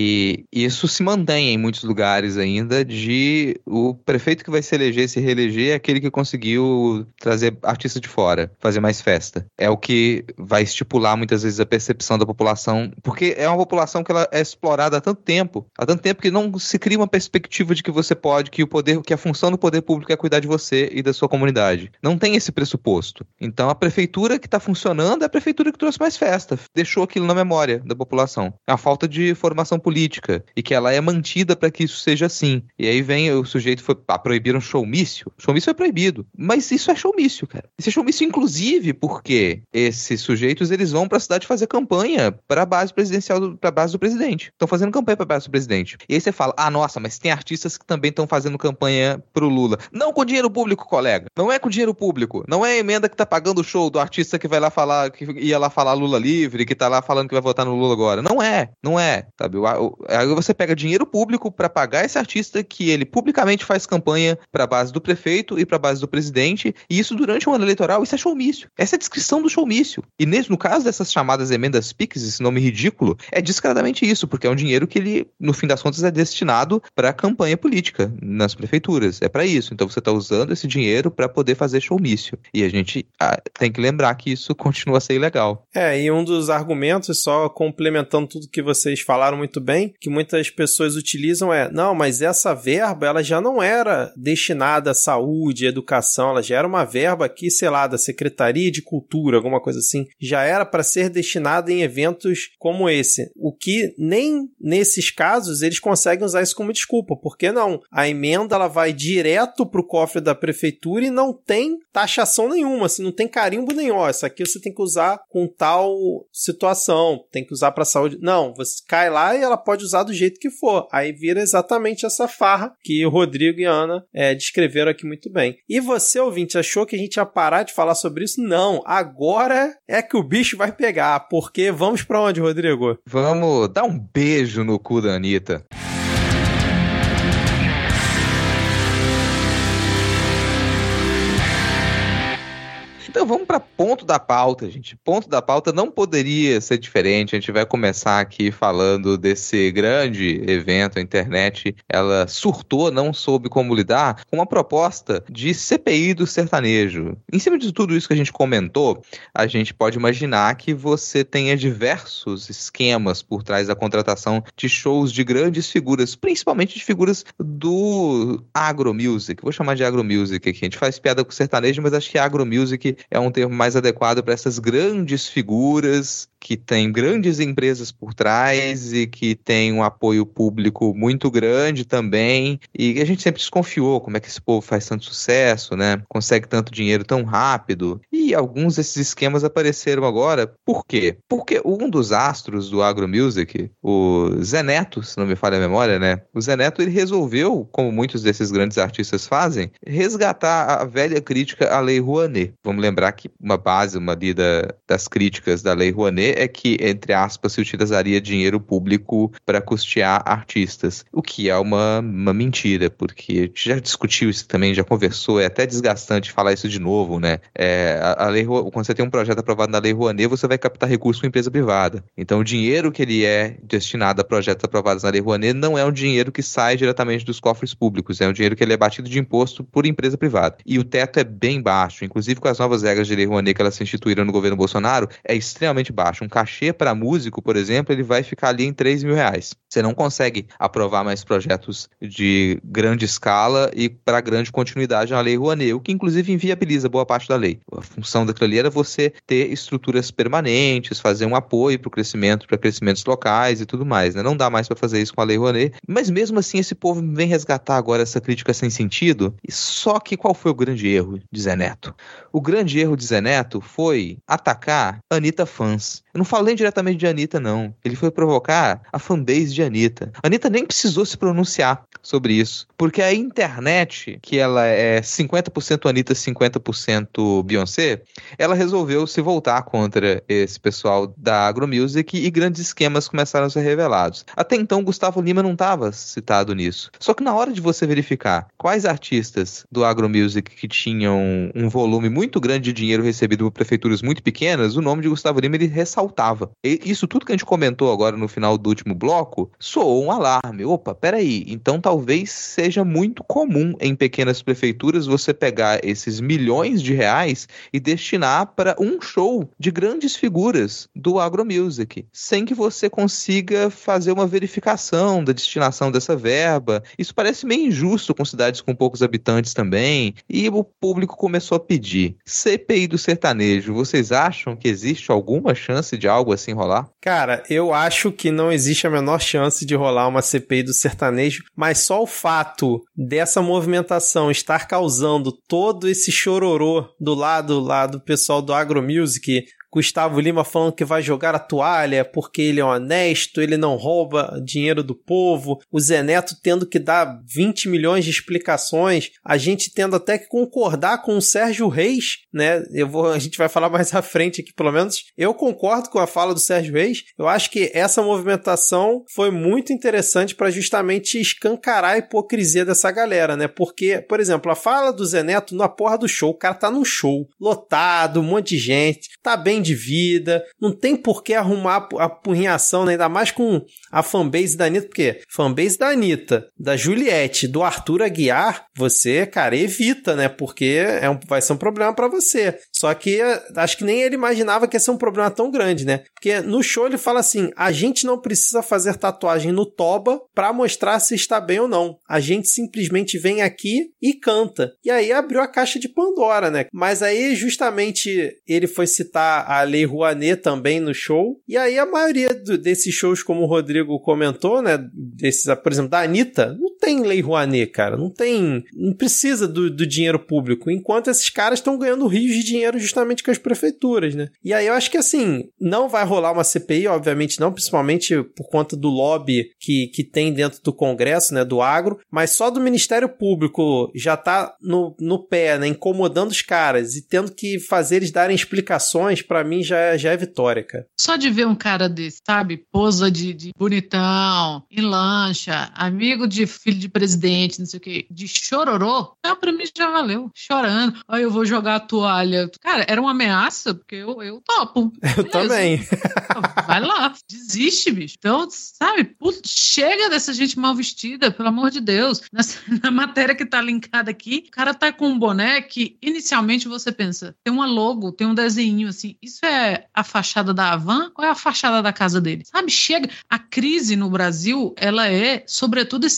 e isso se mantém em muitos lugares ainda, de o prefeito que vai se eleger, se reeleger, é aquele que conseguiu trazer artista de fora, fazer mais festa. É o que vai estipular muitas vezes a percepção da população, porque é uma população que ela é explorada há tanto tempo que não se cria uma perspectiva de que você pode, que a função do poder público é cuidar de você e da sua comunidade. Não tem esse pressuposto. Então a prefeitura que está funcionando é a prefeitura que trouxe mais festa, deixou aquilo na memória da população. É a falta de formação política, e que ela é mantida para que isso seja assim. E aí vem o sujeito, proibiram showmício. Showmício é proibido, mas isso é showmício, cara. Isso é showmício inclusive porque esses sujeitos, eles vão para a cidade fazer campanha para a base presidencial, para a base do presidente. Estão fazendo campanha para a base do presidente. E aí você fala, nossa, mas tem artistas que também estão fazendo campanha pro Lula. Não com dinheiro público, colega. Não é com dinheiro público. Não é a emenda que tá pagando o show do artista que vai lá falar, que ia lá falar Lula livre, que tá lá falando que vai votar no Lula agora. Não é, sabe? Aí você pega dinheiro público para pagar esse artista que ele publicamente faz campanha para a base do prefeito e para a base do presidente, e isso durante um ano eleitoral, isso é showmício. Essa é a descrição do showmício. E no caso dessas chamadas emendas PIX, esse nome ridículo, é descaradamente isso, porque é um dinheiro que ele, no fim das contas, é destinado para a campanha política nas prefeituras. É para isso. Então você está usando esse dinheiro para poder fazer showmício. E a gente tem que lembrar que isso continua a ser ilegal. E um dos argumentos, só complementando tudo que vocês falaram muito bem, que muitas pessoas utilizam não, mas essa verba, ela já não era destinada à saúde, à educação, ela já era uma verba aqui, sei lá, da Secretaria de Cultura, alguma coisa assim, já era para ser destinada em eventos como esse. O que nem nesses casos eles conseguem usar isso como desculpa, porque não? A emenda, ela vai direto pro cofre da prefeitura e não tem taxação nenhuma, assim, não tem carimbo nenhum. Isso aqui você tem que usar com tal situação, tem que usar para saúde. Não, você cai lá e ela pode usar do jeito que for. Aí vira exatamente essa farra que o Rodrigo e a Ana descreveram aqui muito bem. E você, ouvinte, achou que a gente ia parar de falar sobre isso? Não, agora é que o bicho vai pegar, porque vamos pra onde, Rodrigo? Vamos dar um beijo no cu da Anitta. Então vamos para ponto da pauta, gente. Ponto da pauta não poderia ser diferente. A gente vai começar aqui falando desse grande evento. A internet, ela surtou, não soube como lidar com uma proposta de CPI do sertanejo. Em cima de tudo isso que a gente comentou, a gente pode imaginar que você tenha diversos esquemas por trás da contratação de shows de grandes figuras, principalmente de figuras do agromusic. Vou chamar de agromusic aqui. A gente faz piada com sertanejo, mas acho que agromusic é um termo mais adequado para essas grandes figuras que tem grandes empresas por trás e que tem um apoio público muito grande também, e a gente sempre desconfiou como é que esse povo faz tanto sucesso, né? Consegue tanto dinheiro tão rápido. E alguns desses esquemas apareceram agora. Por quê? Porque um dos astros do AgroMusic, o Zé Neto, se não me falha a memória, né? O Zé Neto, ele resolveu, como muitos desses grandes artistas fazem, resgatar a velha crítica à Lei Rouanet. Vamos lembrar que uma base, uma das críticas da Lei Rouanet é que, entre aspas, se utilizaria dinheiro público para custear artistas. O que é uma mentira, porque a gente já discutiu isso também, já conversou, é até desgastante falar isso de novo, né? A Lei Rouanet, quando você tem um projeto aprovado na Lei Rouanet, você vai captar recurso com empresa privada. Então, o dinheiro que ele é destinado a projetos aprovados na Lei Rouanet não é um dinheiro que sai diretamente dos cofres públicos, é um dinheiro que ele é batido de imposto por empresa privada. E o teto é bem baixo, inclusive com as novas regras de Lei Rouanet que elas se instituíram no governo Bolsonaro, é extremamente baixo. Um cachê para músico, por exemplo, ele vai ficar ali em R$3 mil. Você não consegue aprovar mais projetos de grande escala e para grande continuidade na Lei Rouanet, o que inclusive inviabiliza boa parte da lei. A função daquilo ali era você ter estruturas permanentes, fazer um apoio para o crescimento, para crescimentos locais e tudo mais, né? Não dá mais para fazer isso com a Lei Rouanet, mas mesmo assim esse povo vem resgatar agora essa crítica sem sentido. E só que qual foi o grande erro de Zé Neto? O grande erro de Zé Neto foi atacar Anitta fãs. Eu não falei diretamente de Anitta, não. Ele foi provocar a fanbase de Anitta. A Anitta nem precisou se pronunciar sobre isso, porque a internet, que ela é 50% Anitta, 50% Beyoncé, ela resolveu se voltar contra esse pessoal da AgroMusic e grandes esquemas começaram a ser revelados. Até então, Gustavo Lima não estava citado nisso. Só que na hora de você verificar quais artistas do AgroMusic que tinham um volume muito grande de dinheiro recebido por prefeituras muito pequenas, o nome de Gustavo Lima ele ressaltava. E isso tudo que a gente comentou agora no final do último bloco soou um alarme. Opa, peraí, então talvez seja muito comum em pequenas prefeituras você pegar esses milhões de reais e destinar para um show de grandes figuras do AgroMusic, sem que você consiga fazer uma verificação da destinação dessa verba. Isso parece meio injusto com cidades com poucos habitantes também, e o público começou a pedir. CPI do sertanejo, vocês acham que existe alguma chance de algo assim rolar? Cara, eu acho que não existe a menor chance de rolar uma CPI do sertanejo, mas só o fato dessa movimentação estar causando todo esse chororô do lado lá do pessoal do AgroMusic, Gustavo Lima falando que vai jogar a toalha porque ele é honesto, ele não rouba dinheiro do povo, o Zé Neto tendo que dar 20 milhões de explicações, a gente tendo até que concordar com o Sérgio Reis, né? A gente vai falar mais à frente aqui, pelo menos eu concordo com a fala do Sérgio Reis. Eu acho que essa movimentação foi muito interessante para justamente escancarar a hipocrisia dessa galera, né? Porque, por exemplo, a fala do Zé Neto na porra do show, o cara tá num show lotado, um monte de gente, tá bem de vida, não tem por que arrumar a punhação, né? Ainda mais com a fanbase da Anitta, porque fanbase da Anitta, da Juliette, do Arthur Aguiar, você, cara, evita, né? Porque vai ser um problema pra você. Só que acho que nem ele imaginava que ia ser um problema tão grande, né? Porque no show ele fala assim, a gente não precisa fazer tatuagem no toba pra mostrar se está bem ou não. A gente simplesmente vem aqui e canta. E aí abriu a caixa de Pandora, né? Mas aí justamente ele foi citar a Lei Rouanet também no show, e aí a maioria desses shows, como o Rodrigo comentou, né, desses, por exemplo, da Anitta, não tem Lei Rouanet, cara, não precisa do dinheiro público, enquanto esses caras estão ganhando rios de dinheiro justamente com as prefeituras, né, e aí eu acho que assim, não vai rolar uma CPI, obviamente não, principalmente por conta do lobby que tem dentro do Congresso, né, do agro, mas só do Ministério Público já tá no pé, né, incomodando os caras e tendo que fazer eles darem explicações, pra mim já é vitória, cara. Só de ver um cara desse, sabe? Posa de bonitão, em lancha, amigo de filho de presidente, não sei o que, de chororô, pra mim já valeu. Chorando. Aí eu vou jogar a toalha. Cara, era uma ameaça, porque eu topo. Eu também. Vai lá, desiste, bicho. Então, sabe? Puta, chega dessa gente mal vestida, pelo amor de Deus. Na matéria que tá linkada aqui, o cara tá com um boné que, inicialmente, você pensa, tem uma logo, tem um desenho, assim, isso é a fachada da Havan ou é a fachada da casa dele? Sabe, chega. A crise no Brasil, ela é, sobretudo, estética.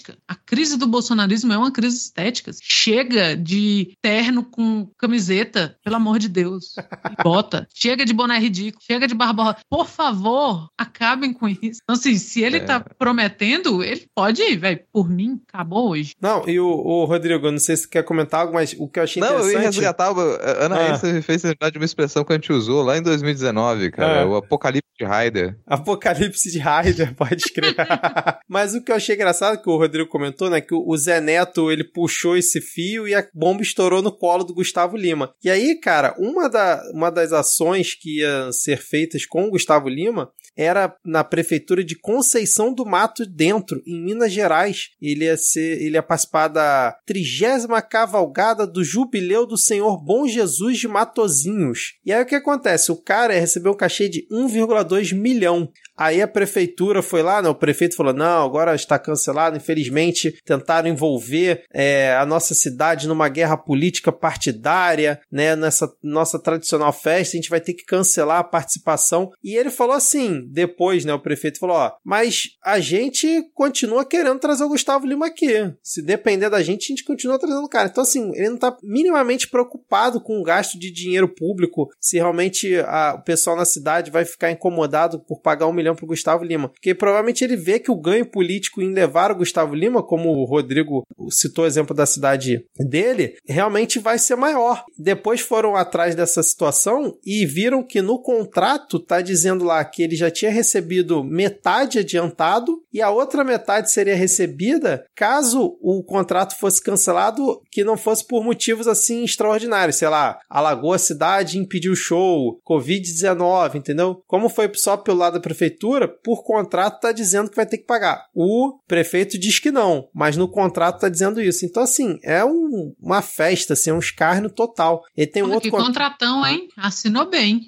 estética. A crise do bolsonarismo é uma crise estética. Chega de terno com camiseta, pelo amor de Deus, e bota. Chega de boné ridículo, chega de barba. Por favor, acabem com isso. Então, assim, se ele tá prometendo, ele pode ir, velho. Por mim, acabou hoje. Não, e o Rodrigo, eu não sei se você quer comentar algo, mas o que eu achei interessante... Não, eu ia resgatar, Ana, você fez lembrar de uma expressão que a gente usou lá em 2019, cara, o Apocalipse de Raider. Apocalipse de Raider, pode escrever. Mas o que eu achei engraçado, que o Rodrigo comentou, né, que o Zé Neto, ele puxou esse fio e a bomba estourou no colo do Gustavo Lima. E aí, cara, uma das ações que ia ser feitas com o Gustavo Lima era na prefeitura de Conceição do Mato Dentro, em Minas Gerais. Ele ia participar da 30ª cavalgada do Jubileu do Senhor Bom Jesus de Matozinhos. E aí o que acontece? O cara recebeu um cachê de 1,2 milhão. Aí a prefeitura foi lá, né? O prefeito falou, não, agora está cancelado, infelizmente tentaram envolver a nossa cidade numa guerra política partidária, né? Nessa nossa tradicional festa, a gente vai ter que cancelar a participação. E ele falou assim, depois, né? O prefeito falou, mas a gente continua querendo trazer o Gustavo Lima aqui. Se depender da gente, a gente continua trazendo o cara. Então, assim, ele não está minimamente preocupado com o gasto de dinheiro público, se realmente o pessoal na cidade vai ficar incomodado por pagar 1 milhão pro Gustavo Lima. Porque provavelmente ele vê que o ganho político em levar o Gustavo Lima, como o Rodrigo citou o exemplo da cidade dele, realmente vai ser maior. Depois foram atrás dessa situação e viram que no contrato tá dizendo lá que ele já tinha recebido metade adiantado e a outra metade seria recebida caso o contrato fosse cancelado, que não fosse por motivos assim extraordinários, sei lá, alagou a cidade e impediu o show, Covid-19, entendeu? Como foi só pelo lado da prefeitura, por contrato tá dizendo que vai ter que pagar. O prefeito diz que não, mas no contrato tá dizendo isso. Então, assim, é uma festa, assim, é um escárnio total. E tem outro contratão, hein? Assinou bem.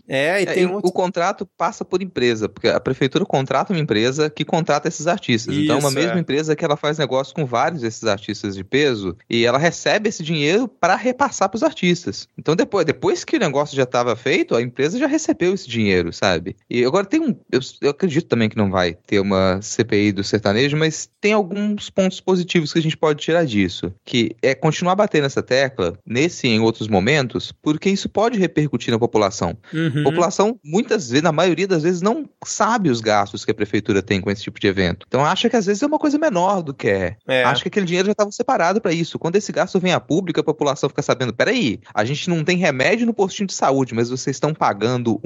O contrato passa por empresa, porque a prefeitura contrata uma empresa que contrata esses artistas. Isso, então, uma mesma empresa que ela faz negócio com vários desses artistas de peso e ela recebe esse dinheiro para repassar pros artistas. Então, depois que o negócio já estava feito, a empresa já recebeu esse dinheiro, sabe? E agora tem eu acredito também que não vai ter uma CPI do sertanejo, mas tem alguns pontos positivos que a gente pode tirar disso, que é continuar batendo essa tecla nesse e em outros momentos, porque isso pode repercutir na população. A população, muitas vezes, na maioria das vezes, não sabe os gastos que a prefeitura tem com esse tipo de evento. Então acha que às vezes é uma coisa menor do que é. Acha que aquele dinheiro já estava separado para isso. Quando esse gasto vem a público, a população fica sabendo, peraí, a gente não tem remédio no postinho de saúde, mas vocês estão pagando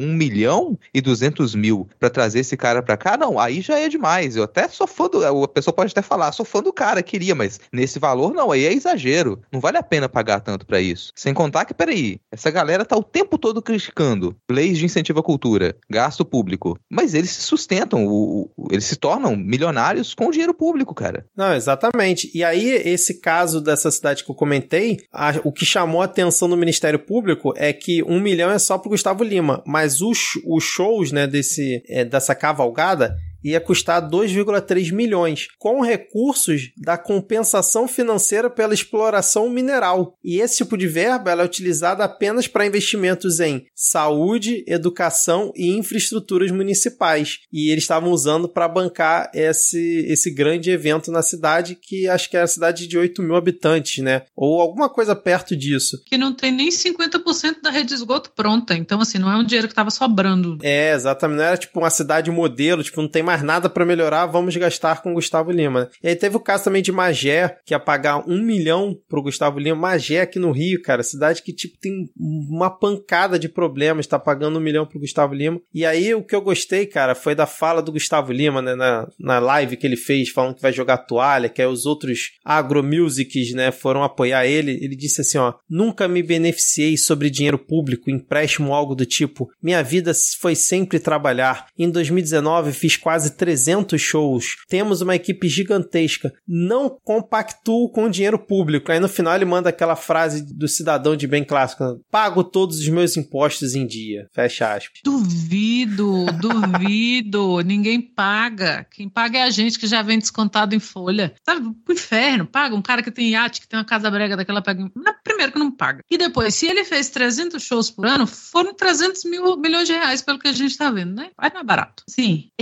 1.200.000 para trazer esse cara pra cá? Não, aí já é demais. Eu até sou fã a pessoa pode até falar, sou fã do cara, queria, mas nesse valor não, aí é exagero. Não vale a pena pagar tanto pra isso. Sem contar que, peraí, essa galera tá o tempo todo criticando leis de incentivo à cultura, gasto público, mas eles se sustentam, eles se tornam milionários com o dinheiro público, cara. Não, exatamente. E aí, esse caso dessa cidade que eu comentei, o que chamou a atenção do Ministério Público é que 1 milhão é só pro Gustavo Lima, mas os shows, né, dessa cavalgada ia custar 2,3 milhões, com recursos da compensação financeira pela exploração mineral. E esse tipo de verba ela é utilizada apenas para investimentos em saúde, educação e infraestruturas municipais. E eles estavam usando para bancar esse grande evento na cidade, que acho que é a cidade de 8 mil habitantes, né? Ou alguma coisa perto disso. Que não tem nem 50% da rede de esgoto pronta. Então, assim, não é um dinheiro que estava sobrando. É, exatamente. Não era tipo uma cidade modelo, tipo, não tem mais nada pra melhorar, vamos gastar com o Gustavo Lima. E aí teve o caso também de Magé, que ia pagar 1 milhão pro Gustavo Lima. Magé aqui no Rio, cara, cidade que tipo tem uma pancada de problemas, tá pagando 1 milhão pro Gustavo Lima. E aí o que eu gostei, cara, foi da fala do Gustavo Lima, né, na live que ele fez, falando que vai jogar toalha, que aí os outros agromusics, né, foram apoiar ele. Ele disse assim, nunca me beneficiei sobre dinheiro público, empréstimo, algo do tipo. Minha vida foi sempre trabalhar. Em 2019 fiz quase 300 shows. Temos uma equipe gigantesca. Não compactuo com o dinheiro público. Aí no final ele manda aquela frase do cidadão de bem clássico. Pago todos os meus impostos em dia. Fecha aspas. Duvido. Ninguém paga. Quem paga é a gente que já vem descontado em folha. Sabe, pro inferno. Paga. Um cara que tem iate, que tem uma casa brega daquela, paga. Primeiro que não paga. E depois, se ele fez 300 shows por ano, foram 300 milhões de reais, pelo que a gente tá vendo, né? Vai mais barato. Sim. Empresa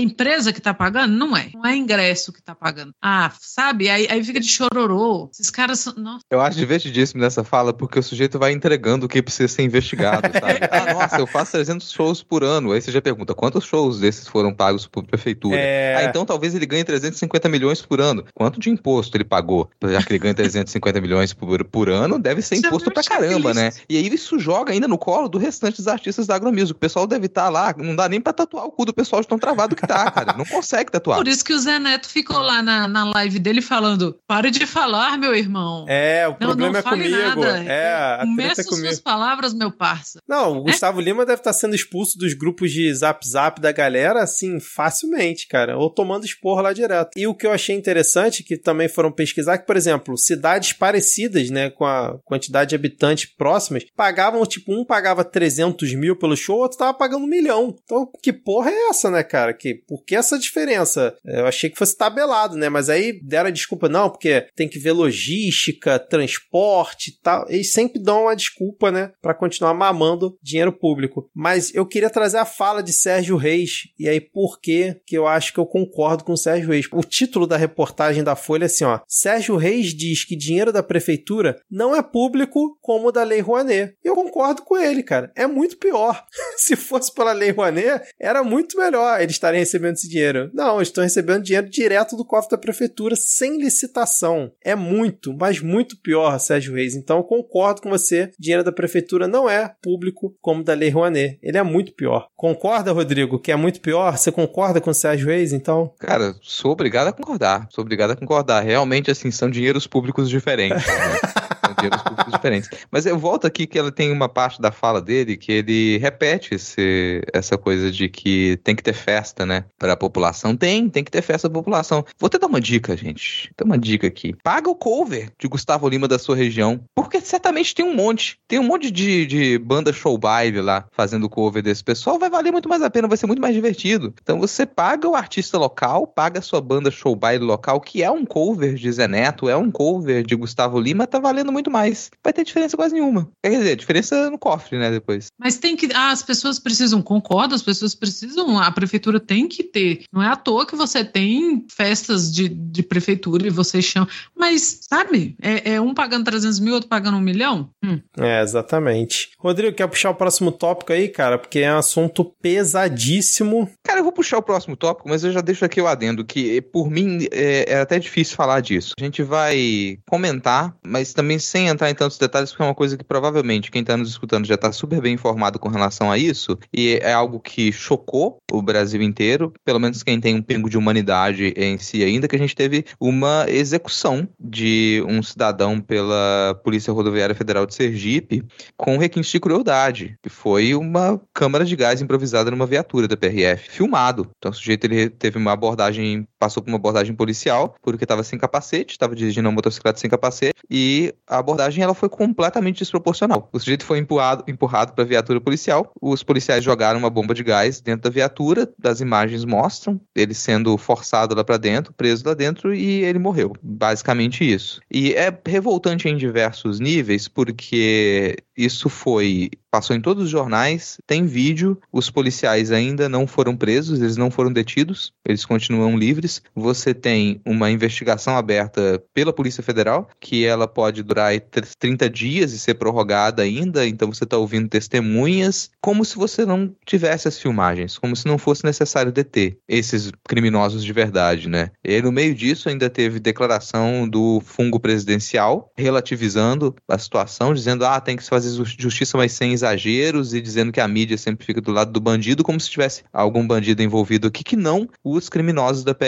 empresa que tá pagando? Não é ingresso que tá pagando. Sabe? Aí fica de chororô. Esses caras são... Nossa. Eu acho divertidíssimo nessa fala, porque o sujeito vai entregando o que precisa ser investigado, sabe? Nossa, eu faço 300 shows por ano. Aí você já pergunta, quantos shows desses foram pagos por prefeitura? Então talvez ele ganhe 350 milhões por ano. Quanto de imposto ele pagou? Já que ele ganha 350 milhões por ano, deve ser imposto pra caramba, né? E aí isso joga ainda no colo do restante dos artistas da Agromusic. O pessoal deve estar lá, não dá nem pra tatuar o cu do pessoal de tão travado que tá, cara. Não consegue tatuar. Por isso que o Zé Neto ficou lá na live dele falando, pare de falar, meu irmão. O problema não é comigo. Nada. A treta Meça é comigo. suas palavras, meu parça. Não, o Gustavo Lima deve estar sendo expulso dos grupos de zap da galera, assim, facilmente, cara. Ou tomando esporro lá direto. E o que eu achei interessante, que também foram pesquisar, que, por exemplo, cidades parecidas, né, com a quantidade de habitantes próximas, pagavam, tipo, um pagava 300 mil pelo show, o outro tava pagando 1 milhão. Então, que porra é essa, né, cara? Por que essa diferença? Eu achei que fosse tabelado, né? Mas aí deram a desculpa, não, porque tem que ver logística, transporte e tal. Eles sempre dão uma desculpa, né, pra continuar mamando dinheiro público. Mas eu queria trazer a fala de Sérgio Reis, e aí por que eu acho que eu concordo com o Sérgio Reis. O título da reportagem da Folha é assim, ó, Sérgio Reis diz que dinheiro da prefeitura não é público como o da Lei Rouanet. E eu concordo com ele, cara. É muito pior. Se fosse pela Lei Rouanet, era muito melhor eles estarem recebendo esse dinheiro. Não, eles estão recebendo dinheiro direto do cofre da prefeitura, sem licitação. É muito, mas muito pior, Sérgio Reis. Então eu concordo com você, dinheiro da prefeitura não é público como o da Lei Rouanet. Ele é muito pior. Concorda, Rodrigo, que é muito pior? Você concorda com o Sérgio Reis, então? Cara, sou obrigado a concordar. Realmente, assim, são dinheiros públicos diferentes, né? Dinheiros públicos diferentes. Mas eu volto aqui que ela tem uma parte da fala dele que ele repete essa coisa de que tem que ter festa, né, para a população. Tem que ter festa pra população. Vou até dar uma dica, gente. Tem uma dica aqui. Paga o cover de Gustavo Lima da sua região, porque certamente tem um monte. Tem um monte de banda show baile lá fazendo cover desse pessoal. Vai valer muito mais a pena, vai ser muito mais divertido. Então você paga o artista local, paga a sua banda show baile local, que é um cover de Zé Neto, é um cover de Gustavo Lima, tá valendo muito mais. Vai ter diferença quase nenhuma. Quer dizer, diferença no cofre, né, depois. Mas tem que... as pessoas precisam, concordo, as pessoas precisam, a prefeitura tem que ter. Não é à toa que você tem festas de prefeitura e você chama... Mas, sabe, é um pagando 300 mil, outro pagando 1 milhão? Exatamente. Rodrigo, quer puxar o próximo tópico aí, cara? Porque é um assunto pesadíssimo. Cara, eu vou puxar o próximo tópico, mas eu já deixo aqui o adendo, que por mim é até difícil falar disso. A gente vai comentar, mas também sem entrar em tantos detalhes, porque é uma coisa que provavelmente quem está nos escutando já está super bem informado com relação a isso, e é algo que chocou o Brasil inteiro, pelo menos quem tem um pingo de humanidade em si ainda, que a gente teve uma execução de um cidadão pela Polícia Rodoviária Federal de Sergipe com requinte de crueldade, que foi uma câmara de gás improvisada numa viatura da PRF, filmado. Então o sujeito ele teve uma abordagem, passou por uma abordagem policial, porque estava sem capacete, estava dirigindo uma motocicleta sem capacete, e a abordagem ela foi completamente desproporcional. O sujeito foi empurrado para a viatura policial, os policiais jogaram uma bomba de gás dentro da viatura, das imagens mostram ele sendo forçado lá para dentro, preso lá dentro, e ele morreu. Basicamente isso. E é revoltante em diversos níveis, porque isso passou em todos os jornais, tem vídeo, os policiais ainda não foram presos, eles não foram detidos, eles continuam livres. Você tem uma investigação aberta pela Polícia Federal, que ela pode durar 30 dias e ser prorrogada ainda, então você está ouvindo testemunhas, como se você não tivesse as filmagens, como se não fosse necessário deter esses criminosos de verdade, né? E no meio disso ainda teve declaração do fungo presidencial, relativizando a situação, dizendo, tem que se fazer justiça, mas sem exageros, e dizendo que a mídia sempre fica do lado do bandido, como se tivesse algum bandido envolvido aqui, que não os criminosos da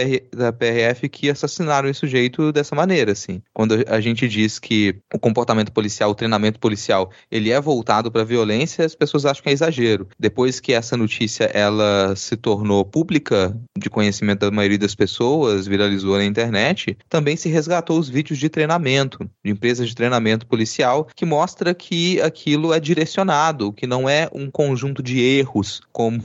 PRF que assassinaram esse sujeito dessa maneira, assim. Quando a gente diz que o comportamento policial, o treinamento policial, ele é voltado para a violência, as pessoas acham que é exagero. Depois que essa notícia, ela se tornou pública, de conhecimento da maioria das pessoas, viralizou na internet, também se resgatou os vídeos de treinamento, de empresas de treinamento policial, que mostra que aquilo é direcionado direcionado, que não é um conjunto de erros, como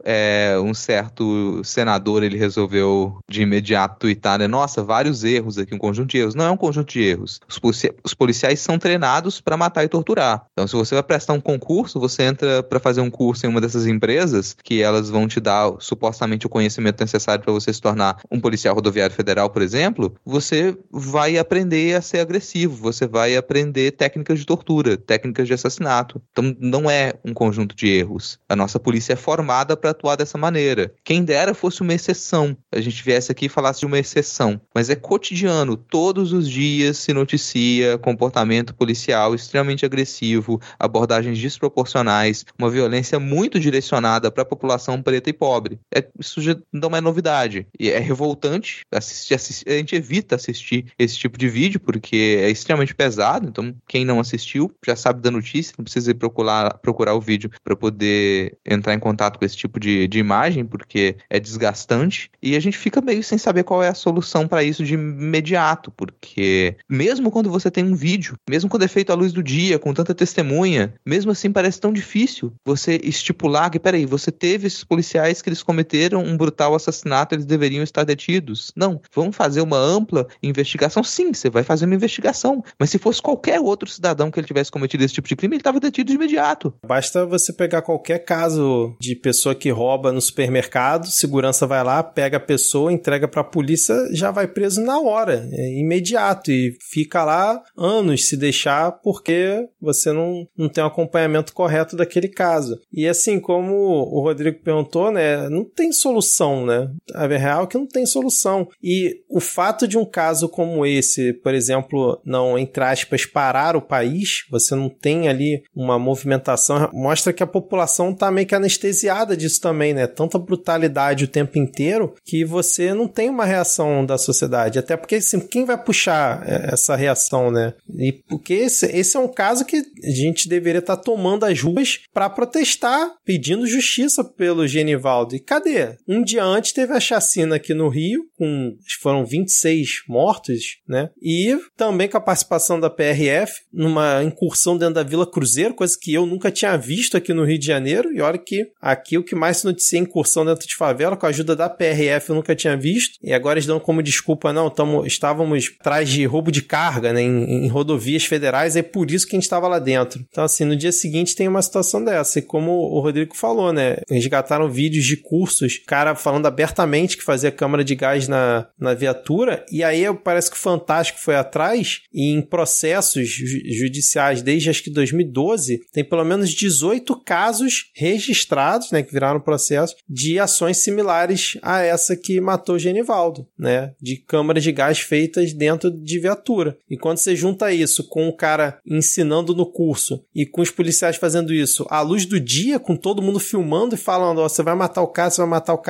um certo senador ele resolveu de imediato tuitar, né? Nossa, vários erros aqui, um conjunto de erros. Não é um conjunto de erros. Os policiais são treinados para matar e torturar. Então, se você vai prestar um concurso, você entra para fazer um curso em uma dessas empresas, que elas vão te dar supostamente o conhecimento necessário para você se tornar um policial rodoviário federal, por exemplo, você vai aprender a ser agressivo, você vai aprender técnicas de tortura, técnicas de assassinato. Então, não é um conjunto de erros. A nossa polícia é formada para atuar dessa maneira. Quem dera fosse uma exceção. A gente viesse aqui e falasse de uma exceção. Mas é cotidiano. Todos os dias se noticia comportamento policial extremamente agressivo, abordagens desproporcionais, uma violência muito direcionada para a população preta e pobre. Isso já não é novidade. E é revoltante. A gente evita assistir esse tipo de vídeo porque é extremamente pesado. Então, quem não assistiu já sabe da notícia, não precisa ir procurar o vídeo para poder entrar em contato com esse tipo de imagem, porque é desgastante. E a gente fica meio sem saber qual é a solução para isso de imediato, porque mesmo quando você tem um vídeo, mesmo quando é feito à luz do dia, com tanta testemunha, mesmo assim parece tão difícil você estipular que, peraí, você teve esses policiais que eles cometeram um brutal assassinato, eles deveriam estar detidos. Não, vamos fazer uma ampla investigação. Sim, você vai fazer uma investigação, mas se fosse qualquer outro cidadão que ele tivesse cometido esse tipo de crime, ele estava detido de imediato. Basta você pegar qualquer caso de pessoa que rouba no supermercado, segurança vai lá, pega a pessoa, entrega pra polícia, já vai preso na hora, imediato, e fica lá anos se deixar porque você não tem um acompanhamento correto daquele caso. E assim, como o Rodrigo perguntou, né, não tem solução, né? A real é que não tem solução. E o fato de um caso como esse, por exemplo, não, entre aspas, parar o país, você não tem ali uma movimentação, mostra que a população tá meio que anestesiada disso também, né? Tanta brutalidade o tempo inteiro que você não tem uma reação da sociedade. Até porque, assim, quem vai puxar essa reação, né? E porque esse é um caso que a gente deveria estar tomando as ruas para protestar, pedindo justiça pelo Genivaldo. E cadê? Um dia antes teve a chacina aqui no Rio, foram 26 mortos, né? E também com a participação da PRF numa incursão dentro da Vila Cruzeiro, coisa que eu nunca tinha visto aqui no Rio de Janeiro. E olha que aqui o que mais se noticia é incursão dentro de favela, com a ajuda da PRF eu nunca tinha visto. E agora eles dão como desculpa, não, estávamos atrás de roubo de carga, né, em rodovias federais, é por isso que a gente estava lá dentro. Então, assim, no dia seguinte tem uma situação dessa. E como o Rodrigo falou, né, resgataram vídeos de cursos, cara falando abertamente que fazia câmara de gás na viatura, e aí parece que o Fantástico foi atrás, e em processos judiciais desde acho que 2012, tem pelo menos 18 casos registrados, né, que viraram processo, de ações similares a essa que matou o Genivaldo, né, de câmaras de gás feitas dentro de viatura. E quando você junta isso com o cara ensinando no curso e com os policiais fazendo isso à luz do dia, com todo mundo filmando e falando, ó, você vai matar o cara,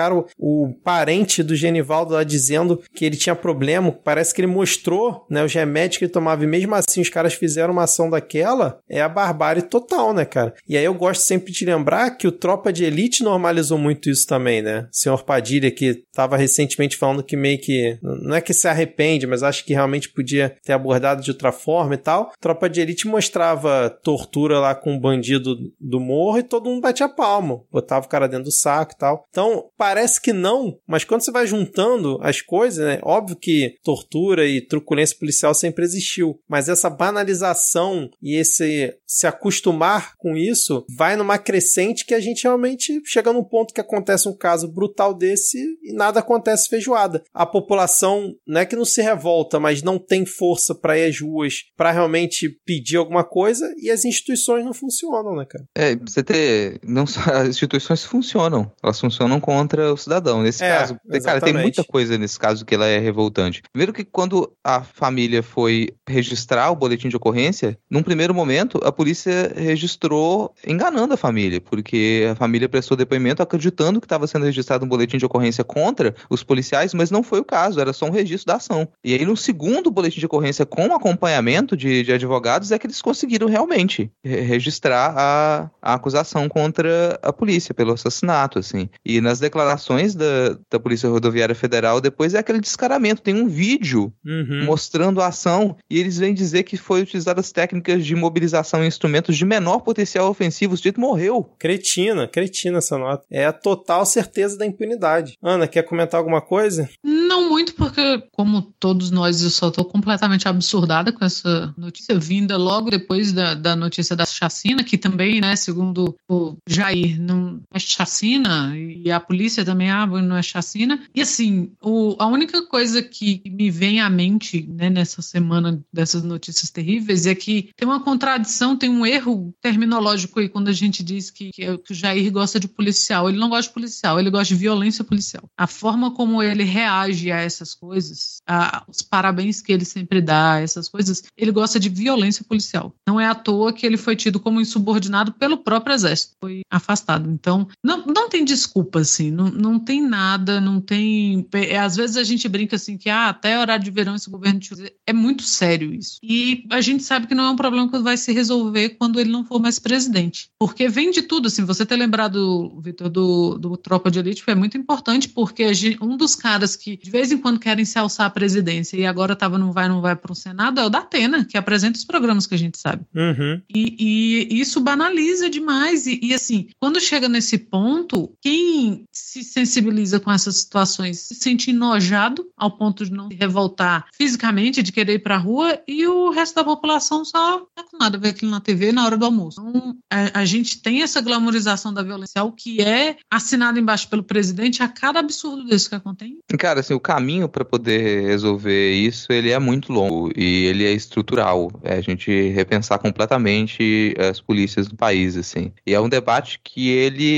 o parente do Genivaldo lá dizendo que ele tinha problema, parece que ele mostrou, né, os remédios que ele tomava, e mesmo assim os caras fizeram uma ação daquela, é a barbárie total, né, cara? E aí eu gosto sempre de lembrar que o Tropa de Elite normalizou muito isso também, né? O senhor Padilha, que estava recentemente falando que meio que, não é que se arrepende, mas acho que realmente podia ter abordado de outra forma e tal. Tropa de Elite mostrava tortura lá com um bandido do morro e todo mundo batia palma, botava o cara dentro do saco e tal. Então, parece que não, mas quando você vai juntando as coisas, né? Óbvio que tortura e truculência policial sempre existiu, mas essa banalização e esse se acostumar com isso vai numa crescente que a gente realmente chega num ponto que acontece um caso brutal desse e nada acontece feijoada. A população não é que não se revolta, mas não tem força para ir às ruas para realmente pedir alguma coisa, e as instituições não funcionam, né, cara? Você ter... Não só as instituições funcionam, elas funcionam contra o cidadão. Nesse caso, cara, tem muita coisa nesse caso que ela é revoltante. Primeiro que quando a família foi registrar o boletim de ocorrência, num primeiro momento, a polícia registrou enganando a família, porque a família prestou depoimento acreditando que estava sendo registrado um boletim de ocorrência contra os policiais, mas não foi o caso, era só um registro da ação. E aí, no segundo boletim de ocorrência com acompanhamento de advogados, é que eles conseguiram realmente registrar a acusação contra a polícia pelo assassinato, assim. E nas declarações da Polícia Rodoviária Federal, depois é aquele descaramento. Tem um vídeo mostrando a ação e eles vêm dizer que foi utilizadas técnicas de mobilização em instrumentos de menor menor potencial ofensivo, o sujeito morreu. Cretina essa nota. É a total certeza da impunidade. Ana, quer comentar alguma coisa? Não muito, porque, como todos nós, eu só tô completamente absurdada com essa notícia vinda logo depois da notícia da chacina, que também, né, segundo o Jair, não é chacina, e a polícia também, não é chacina. E assim, a única coisa que me vem à mente, né, nessa semana dessas notícias terríveis é que tem uma contradição, tem um erro terminológico aí quando a gente diz que o Jair gosta de policial. Ele não gosta de policial, ele gosta de violência policial. A forma como ele reage a essas coisas, os parabéns que ele sempre dá, essas coisas, ele gosta de violência policial. Não é à toa que ele foi tido como insubordinado pelo próprio exército, foi afastado. Então, não tem desculpa, assim, não tem nada, não tem... Às vezes a gente brinca assim que até horário de verão esse governo é muito sério isso. E a gente sabe que não é um problema que vai se resolver quando ele não for mais presidente. Porque vem de tudo, assim, você ter lembrado, Vitor, do Tropa de Elite foi muito importante, porque um dos caras que de vez em quando querem se alçar à presidência e agora tava não vai para o Senado é o Datena, que apresenta os programas que a gente sabe. Uhum. E isso banaliza demais. E assim, quando chega nesse ponto, quem se sensibiliza com essas situações se sente enojado ao ponto de não se revoltar fisicamente, de querer ir pra rua, e o resto da população só tá com nada a ver aquilo na TV na hora do almoço. Então, a gente tem essa glamorização da violência, o que é assinado embaixo pelo presidente a cada absurdo desse que acontece. Cara, assim, o caminho para poder resolver isso, ele é muito longo e ele é estrutural. É a gente repensar completamente as polícias do país, assim. E é um debate que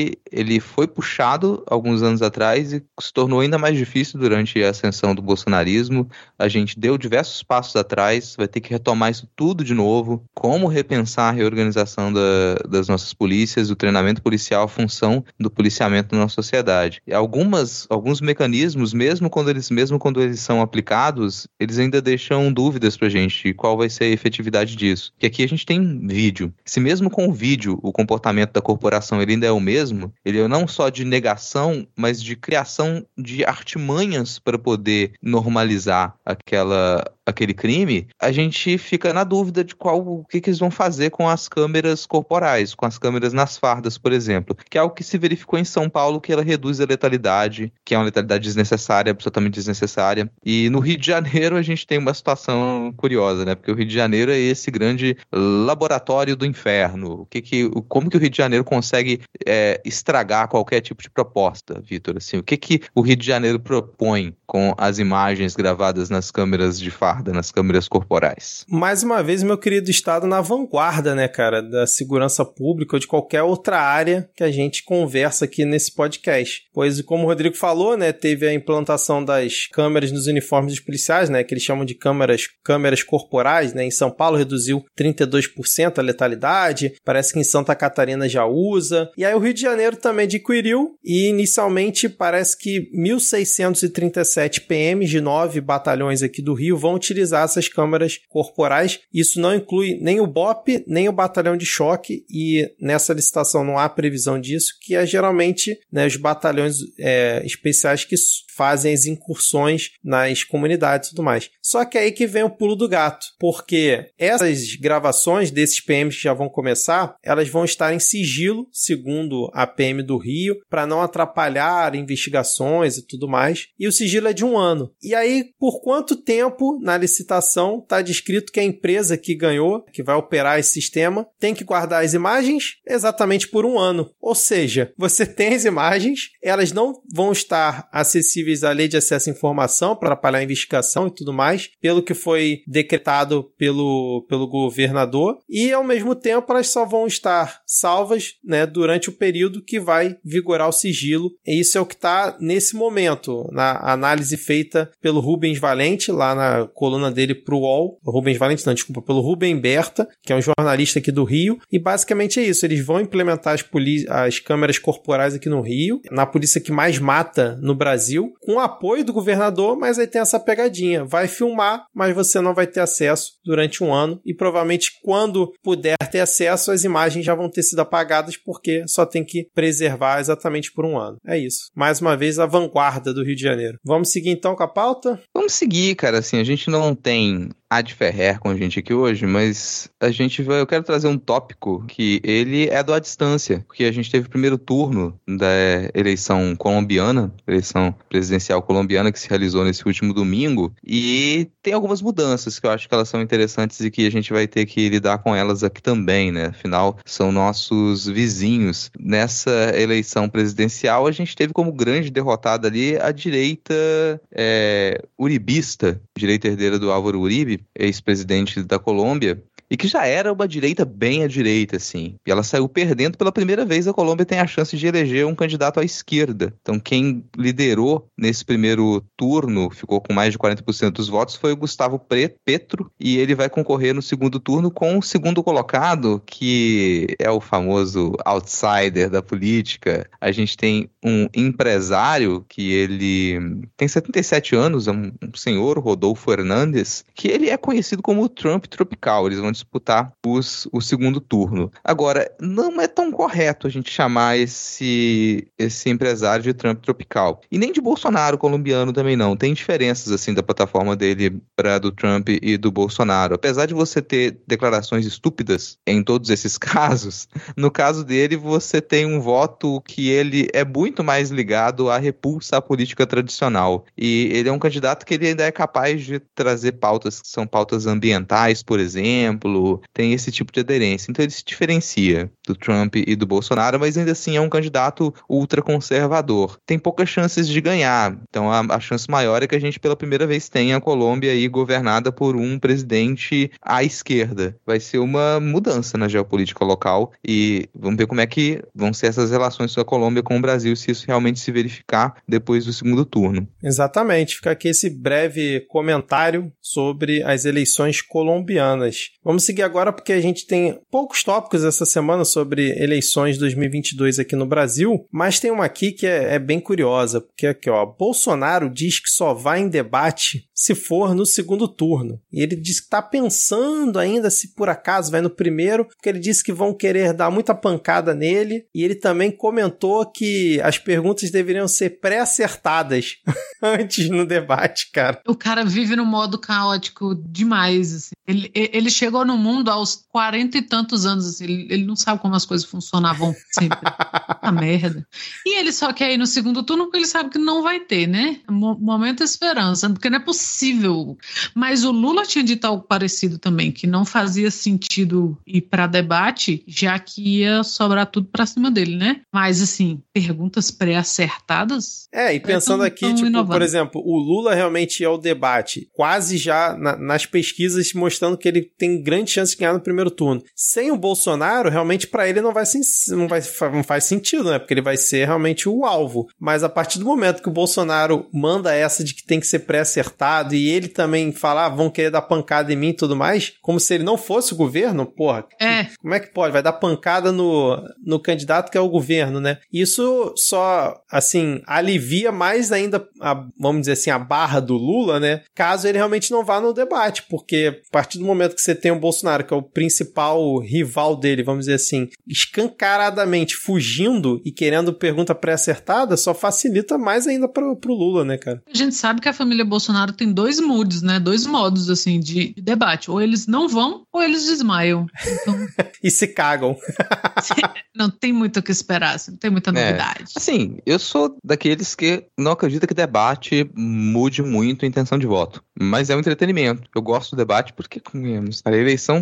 ele foi puxado alguns anos atrás e se tornou ainda mais difícil durante a ascensão do bolsonarismo. A gente deu diversos passos atrás, vai ter que retomar isso tudo de novo. Como repensar a reorganização das nossas polícias, o treinamento policial, a função do policiamento na nossa sociedade. E alguns mecanismos, mesmo quando eles são aplicados, eles ainda deixam dúvidas pra gente de qual vai ser a efetividade disso. Porque aqui a gente tem vídeo. Se mesmo com o vídeo o comportamento da corporação ele ainda é o mesmo, ele é não só de negação, mas de criação de artimanhas para poder normalizar aquele crime, a gente fica na dúvida de o que eles vão fazer com as câmeras corporais, com as câmeras nas fardas, por exemplo, que é algo que se verificou em São Paulo, que ela reduz a letalidade, que é uma letalidade desnecessária, absolutamente desnecessária. E no Rio de Janeiro a gente tem uma situação curiosa, né? Porque o Rio de Janeiro é esse grande laboratório do inferno. Como que o Rio de Janeiro consegue estragar qualquer tipo de proposta, Vitor? Assim, o que o Rio de Janeiro propõe com as imagens gravadas nas câmeras de farda, nas câmeras corporais? Mais uma vez, meu querido Estado na vanguarda, né, cara, da segurança pública ou de qualquer outra área que a gente conversa aqui nesse podcast. Pois, como o Rodrigo falou, né, teve a implantação das câmeras nos uniformes dos policiais, né, que eles chamam de câmeras corporais, né, em São Paulo reduziu 32% a letalidade, parece que em Santa Catarina já usa, e aí o Rio de Janeiro também adquiriu, e inicialmente parece que 1.637 PMs de 9 batalhões aqui do Rio vão utilizar essas câmeras corporais. Isso não inclui nem o BOP, nem o batalhão de choque, e nessa licitação não há previsão disso, que é geralmente, né, os batalhões especiais que fazem as incursões nas comunidades e tudo mais. Só que aí que vem o pulo do gato, porque essas gravações desses PMs que já vão começar, elas vão estar em sigilo, segundo a PM do Rio, para não atrapalhar investigações e tudo mais, e o sigilo é de 1 ano. E aí, por quanto tempo na licitação está descrito que a empresa que ganhou, que vai operar esse sistema, tem que guardar as imagens exatamente por 1 ano. Ou seja, você tem as imagens, elas não vão estar acessíveis à lei de acesso à informação para atrapalhar a investigação e tudo mais, pelo que foi decretado pelo governador, e ao mesmo tempo elas só vão estar salvas, né, durante o período que vai vigorar o sigilo, e isso é o que está nesse momento, na análise feita pelo Rubens Valente, lá na coluna dele para o UOL, pelo Rubem Berta, que é um jornalista aqui do Rio, e basicamente é isso, eles vão implementar as câmeras corporais aqui no Rio, na polícia que mais mata no Brasil, com o apoio do governador, mas aí tem essa pegadinha. Vai filmar, mas você não vai ter acesso durante 1 ano, e provavelmente quando puder ter acesso, as imagens já vão ter sido apagadas, porque só tem que preservar exatamente por 1 ano. É isso. Mais uma vez, a vanguarda do Rio de Janeiro. Vamos seguir então com a pauta? Vamos seguir, cara. Assim, a gente não tem ad ferrer com a gente aqui hoje, mas eu quero trazer um tópico que ele é do à distância, porque a gente teve o primeiro turno da eleição colombiana, eleição presidencial colombiana que se realizou nesse último domingo, e tem algumas mudanças que eu acho que elas são interessantes e que a gente vai ter que lidar com elas aqui também, né? Afinal, são nossos vizinhos. Nessa eleição presidencial, a gente teve como grande derrotada ali a direita uribista, direita herdeira do Álvaro Uribe, ex-presidente da Colômbia, e que já era uma direita bem à direita, assim. E ela saiu perdendo pela primeira vez. A Colômbia tem a chance de eleger um candidato à esquerda. Então, quem liderou nesse primeiro turno, ficou com mais de 40% dos votos, foi o Gustavo Petro, e ele vai concorrer no segundo turno com o segundo colocado, que é o famoso outsider da política. A gente tem um empresário que ele tem 77 anos, é um senhor, Rodolfo Hernández, que ele é conhecido como o Trump tropical. Eles vão disputar o segundo turno. Agora, não é tão correto a gente chamar esse empresário de Trump tropical. E nem de Bolsonaro colombiano também não. Tem diferenças, assim, da plataforma dele para do Trump e do Bolsonaro. Apesar de você ter declarações estúpidas em todos esses casos, no caso dele você tem um voto que ele é muito mais ligado à repulsa à política tradicional. E ele é um candidato que ele ainda é capaz de trazer pautas que são pautas ambientais, por exemplo, tem esse tipo de aderência. Então ele se diferencia do Trump e do Bolsonaro, mas ainda assim é um candidato ultraconservador. Tem poucas chances de ganhar. Então a chance maior é que a gente pela primeira vez tenha a Colômbia aí governada por um presidente à esquerda. Vai ser uma mudança na geopolítica local e vamos ver como é que vão ser essas relações da Colômbia com o Brasil, se isso realmente se verificar depois do segundo turno. Exatamente. Fica aqui esse breve comentário sobre as eleições colombianas. Vamos seguir agora porque a gente tem poucos tópicos essa semana sobre eleições 2022 aqui no Brasil, mas tem uma aqui que é bem curiosa, porque aqui, ó, Bolsonaro diz que só vai em debate se for no segundo turno. E ele diz que está pensando ainda se por acaso vai no primeiro, porque ele disse que vão querer dar muita pancada nele, e ele também comentou que as perguntas deveriam ser pré-acertadas antes no debate, cara. O cara vive no modo caótico demais, assim. Ele chegou no mundo aos 40 e tantos anos, assim. Ele não sabe como as coisas funcionavam sempre. A merda. E ele só quer ir no segundo turno porque ele sabe que não vai ter, né? Momento de esperança, porque não é possível. Mas o Lula tinha dito algo parecido também, que não fazia sentido ir para debate, já que ia sobrar tudo para cima dele, né? Mas, assim, perguntas pré-acertadas... E pensando aqui, tipo, por exemplo, o Lula realmente ia ao debate, quase já nas pesquisas mostrando que ele tem grande chance de ganhar no primeiro turno. Sem o Bolsonaro, realmente para ele não faz sentido, né? Porque ele vai ser realmente o alvo. Mas a partir do momento que o Bolsonaro manda essa de que tem que ser pré-acertado e ele também fala, vão querer dar pancada em mim e tudo mais, como se ele não fosse o governo, porra. Como é que pode? Vai dar pancada no candidato que é o governo, né? Isso só, assim, alivia mais ainda, vamos dizer assim, a barra do Lula, né? Caso ele realmente não vá no debate, porque a partir do momento que você tem o Bolsonaro, que é o principal rival dele, vamos dizer assim, escancaradamente fugindo e querendo pergunta pré-acertada, só facilita mais ainda pro Lula, né, cara? A gente sabe que a família Bolsonaro tem dois moods, né? Dois modos, assim, de debate. Ou eles não vão, ou eles desmaiam. Então... e se cagam. Não tem muito o que esperar, assim, não tem muita novidade. Assim, eu sou daqueles que não acredita que debate mude muito a intenção de voto. Mas é um entretenimento. Eu gosto do debate porque, a eleição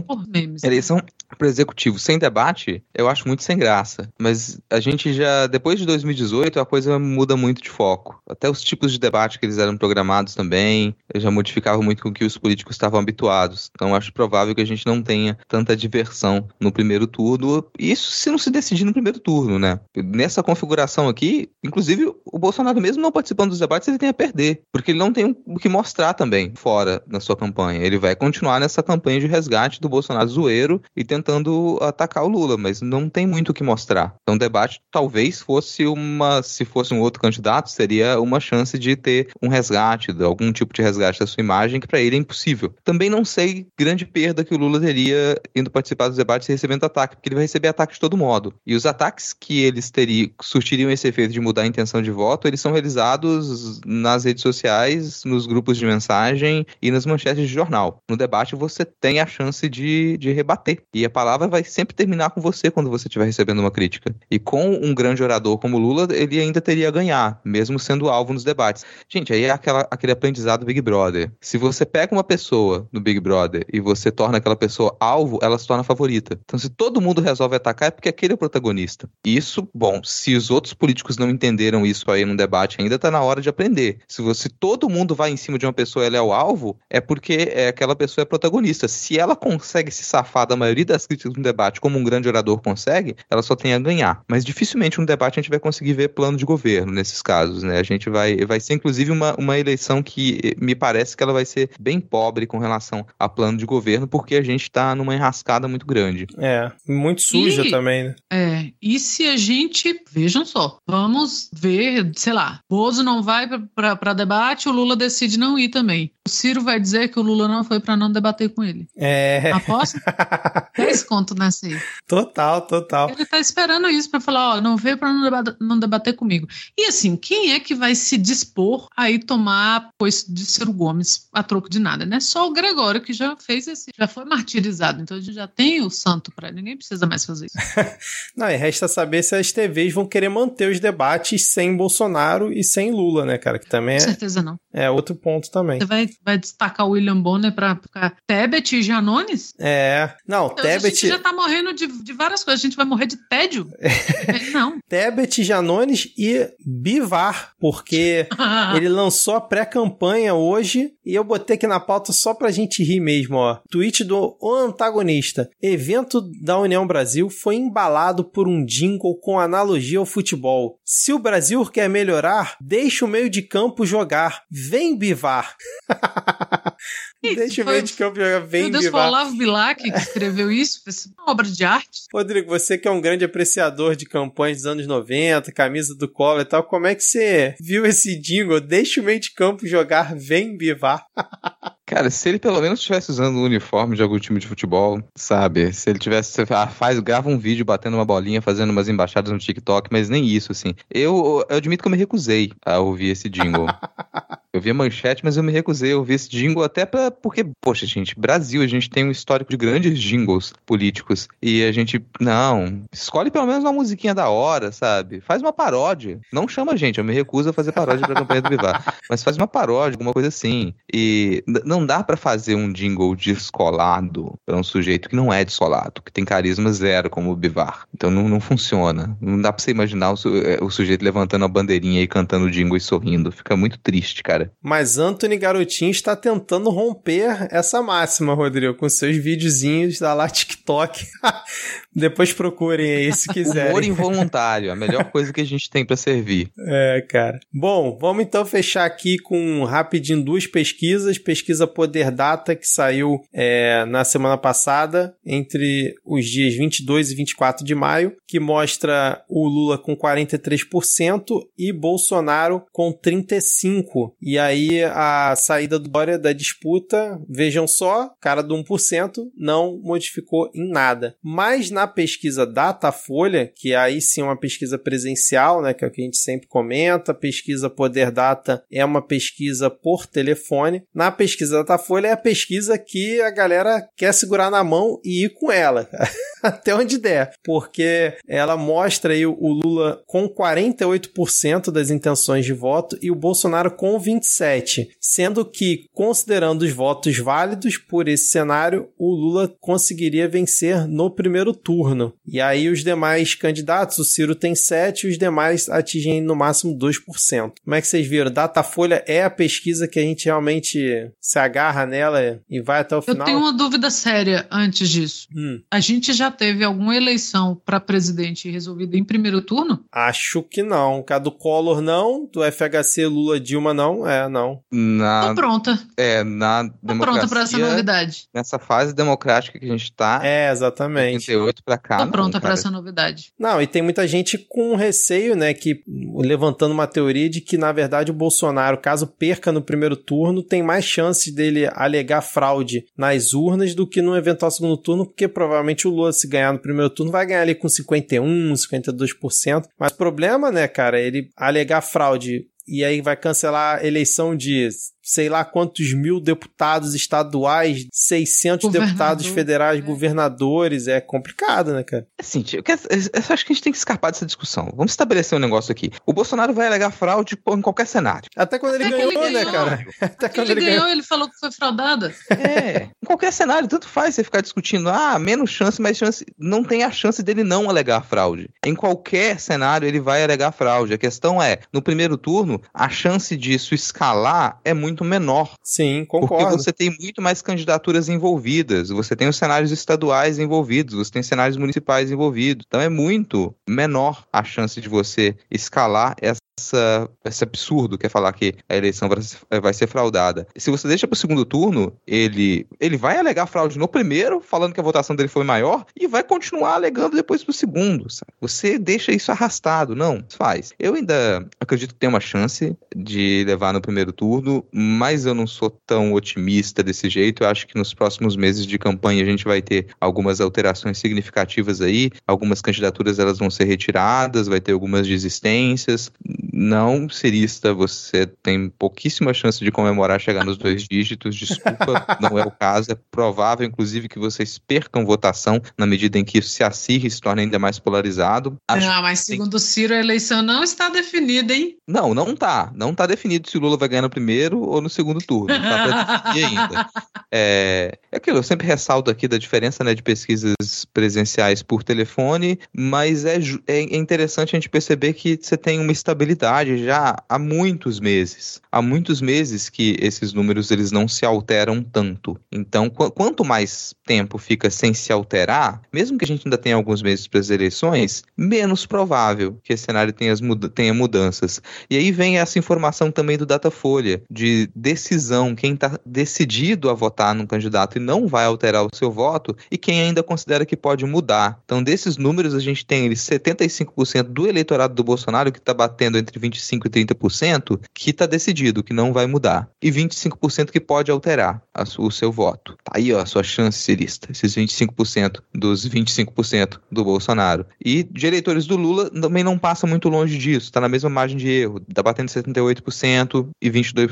para executivo sem debate, eu acho muito sem graça. Mas a gente já, depois de 2018, a coisa muda muito de foco. Até os tipos de debate que eles eram programados também, já modificavam muito com o que os políticos estavam habituados. Então acho provável que a gente não tenha tanta diversão no primeiro turno. Isso se não se decidir no primeiro turno, né? Nessa configuração aqui, inclusive o Bolsonaro mesmo não participando dos debates, ele tem a perder. Porque ele não tem o que mostrar também fora na sua campanha. Ele vai continuar nessa campanha de resgate do Bolsonaro zoeiro e tentando atacar o Lula, mas não tem muito o que mostrar. Então o debate talvez fosse se fosse um outro candidato, seria uma chance de ter um resgate, algum tipo de resgate da sua imagem, que para ele é impossível. Também não sei grande perda que o Lula teria indo participar dos debates recebendo ataque, porque ele vai receber ataque de todo modo. E os ataques que eles surtiriam esse efeito de mudar a intenção de voto, eles são realizados nas redes sociais, nos grupos de mensagem e nas manchetes de jornal. No debate você tem a chance de rebater. E a palavra vai sempre terminar com você quando você estiver recebendo uma crítica. E com um grande orador como Lula, ele ainda teria a ganhar, mesmo sendo alvo nos debates. Gente, aí é aquele aprendizado do Big Brother. Se você pega uma pessoa no Big Brother e você torna aquela pessoa alvo, ela se torna favorita. Então, se todo mundo resolve atacar, é porque aquele é o protagonista. E isso, bom, se os outros políticos não entenderam isso aí no debate ainda, tá na hora de aprender. Se todo mundo vai em cima de uma pessoa e ela é o alvo, é porque aquela pessoa é protagonista. Se ela consegue se safar da maioria das críticas no debate, como um grande orador consegue, ela só tem a ganhar. Mas dificilmente no debate a gente vai conseguir ver plano de governo nesses casos, né? A gente vai ser inclusive uma eleição que me parece que ela vai ser bem pobre com relação a plano de governo, porque a gente tá numa enrascada muito grande. Muito suja também, né? E se a gente, vejam só, vamos ver, sei lá, Bozo não vai pra debate, o Lula decide não ir também. O Ciro vai dizer que o Lula não foi pra não debater com ele. Aposta? 10 conto nessa aí. Total. Ele tá esperando isso pra falar, não veio pra não debater comigo. E assim, quem é que vai se dispor a ir tomar posto de Ciro Gomes a troco de nada, né? Só o Gregório que já fez já foi martirizado, então a gente já tem o santo pra ele, ninguém precisa mais fazer isso. Não, e resta saber se as TVs vão querer manter os debates sem Bolsonaro e sem Lula, né, cara? Que também Com certeza não. É outro ponto também. Você vai destacar o William Bonner pra ficar Tebet e Janones? Não, Tebet... A gente já tá morrendo de várias coisas, a gente vai morrer de tédio? Não. Tebet, Janones e Bivar, porque ele lançou a pré-campanha hoje e eu botei aqui na pauta só pra gente rir mesmo, ó. Tweet do O Antagonista. Evento da União Brasil foi embalado por um jingle com analogia ao futebol. Se o Brasil quer melhorar, deixa o meio de campo jogar. Vem Bivar. Deixa o meio de campo jogar. Vem Bivar. Meu Deus, foi o Olavo Bilac que escreveu isso. Foi uma obra de arte. Rodrigo, você que é um grande apreciador de campanhas dos anos 90, camisa do Collor e tal, como é que você viu esse jingle? Deixa o meio de campo jogar. Vem Bivar. Cara, se ele pelo menos estivesse usando o uniforme de algum time de futebol, sabe? Se ele tivesse, grava um vídeo batendo uma bolinha, fazendo umas embaixadas no TikTok, mas nem isso, assim. Eu admito que eu me recusei a ouvir esse jingle. Eu vi a manchete, mas eu me recusei a ouvir esse jingle até porque, poxa, gente, Brasil, a gente tem um histórico de grandes jingles políticos e a gente, não, escolhe pelo menos uma musiquinha da hora, sabe? Faz uma paródia. Não chama a gente, eu me recuso a fazer paródia pra campanha do Bivar, mas faz uma paródia, alguma coisa assim. E não dá pra fazer um jingle descolado pra um sujeito que não é descolado, que tem carisma zero como o Bivar. Então não funciona. Não dá pra você imaginar o sujeito levantando a bandeirinha e cantando o jingle e sorrindo. Fica muito triste, cara. Mas Anthony Garotinho está tentando romper essa máxima, Rodrigo, com seus videozinhos da lá TikTok. Depois procurem aí se quiserem. Humor involuntário, a melhor coisa que a gente tem pra servir. Cara. Bom, vamos então fechar aqui com rapidinho 2 pesquisas. Pesquisa Poder Data, que saiu na semana passada, entre os dias 22 e 24 de maio, que mostra o Lula com 43% e Bolsonaro com 35%. E aí a saída do Dória da disputa, vejam só, cara do 1% não modificou em nada. Mas na pesquisa Datafolha, que aí sim é uma pesquisa presencial, né, que é o que a gente sempre comenta, a pesquisa Poder Data é uma pesquisa por telefone. Na pesquisa Datafolha é a pesquisa que a galera quer segurar na mão e ir com ela, até onde der, porque ela mostra aí o Lula com 48% das intenções de voto e o Bolsonaro com 27%, sendo que, considerando os votos válidos por esse cenário, o Lula conseguiria vencer no primeiro turno. E aí os demais candidatos, o Ciro tem 7% e os demais atingem no máximo 2%. Como é que vocês viram? Datafolha é a pesquisa que a gente realmente se agarra nela e vai até o final? Eu tenho uma dúvida séria antes disso. A gente já teve alguma eleição para presidente resolvida em primeiro turno? Acho que não. A do Collor não, do FHC Lula Dilma não. não. Tô pronta. Na democracia. Tô pronta pra essa novidade. Nessa fase democrática que a gente tá. Exatamente. 88 pra cá. Tô pronta pra essa novidade. Não, e tem muita gente com receio, né, que levantando uma teoria de que, na verdade, o Bolsonaro, caso perca no primeiro turno, tem mais chance dele alegar fraude nas urnas do que no eventual segundo turno, porque provavelmente o Lula, se ganhar no primeiro turno, vai ganhar ali com 51%, 52%. Mas o problema, né, cara, ele alegar fraude e aí vai cancelar a eleição de sei lá quantos mil deputados estaduais, 600 deputados federais, governadores, é complicado, né, cara? Assim, eu acho que a gente tem que escapar dessa discussão. Vamos estabelecer um negócio aqui. O Bolsonaro vai alegar fraude em qualquer cenário. Até quando ele ganhou, né, cara? Até quando ele ganhou, ele falou que foi fraudada. Em qualquer cenário, tanto faz você ficar discutindo, menos chance, mais chance. Não tem a chance dele não alegar fraude. Em qualquer cenário, ele vai alegar fraude. A questão é, no primeiro turno, a chance disso escalar é muito menor. Sim, concordo. Porque você tem muito mais candidaturas envolvidas, você tem os cenários estaduais envolvidos, você tem cenários municipais envolvidos. Então é muito menor a chance de você escalar esse absurdo que é falar que a eleição vai ser fraudada. Se você deixa para o segundo turno, ele vai alegar fraude no primeiro, falando que a votação dele foi maior, e vai continuar alegando depois para o segundo. Sabe? Você deixa isso arrastado. Não, faz. Eu ainda acredito que tem uma chance de levar no primeiro turno, mas eu não sou tão otimista desse jeito. Eu acho que nos próximos meses de campanha a gente vai ter algumas alterações significativas aí, algumas candidaturas elas vão ser retiradas, vai ter algumas desistências. Não, cirista, você tem pouquíssima chance de comemorar chegar nos 2 dígitos, desculpa, não é o caso, é provável, inclusive, que vocês percam votação na medida em que se acirre e se torna ainda mais polarizado. Mas segundo o Ciro, a eleição não está definida, hein? Não tá definido se o Lula vai ganhar no primeiro ou no segundo turno, não tá pra definir ainda. É aquilo, eu sempre ressalto aqui da diferença, né, de pesquisas presenciais por telefone, mas é interessante a gente perceber que você tem uma estabilidade já há muitos meses. Há muitos meses que esses números eles não se alteram tanto. Então, quanto mais tempo fica sem se alterar, mesmo que a gente ainda tenha alguns meses para as eleições, menos provável que esse cenário tenha mudanças. E aí vem essa informação também do Datafolha, de decisão, quem está decidido a votar num candidato e não vai alterar o seu voto, e quem ainda considera que pode mudar. Então, desses números, a gente tem 75% do eleitorado do Bolsonaro que está batendo entre 25% e 30%, que está decidido, que não vai mudar. E 25% que pode alterar o seu voto. Tá aí, ó, a sua chance, cirista. Esses 25% dos 25% do Bolsonaro. E de eleitores do Lula também não passa muito longe disso. Está na mesma margem de erro. Está batendo 78% e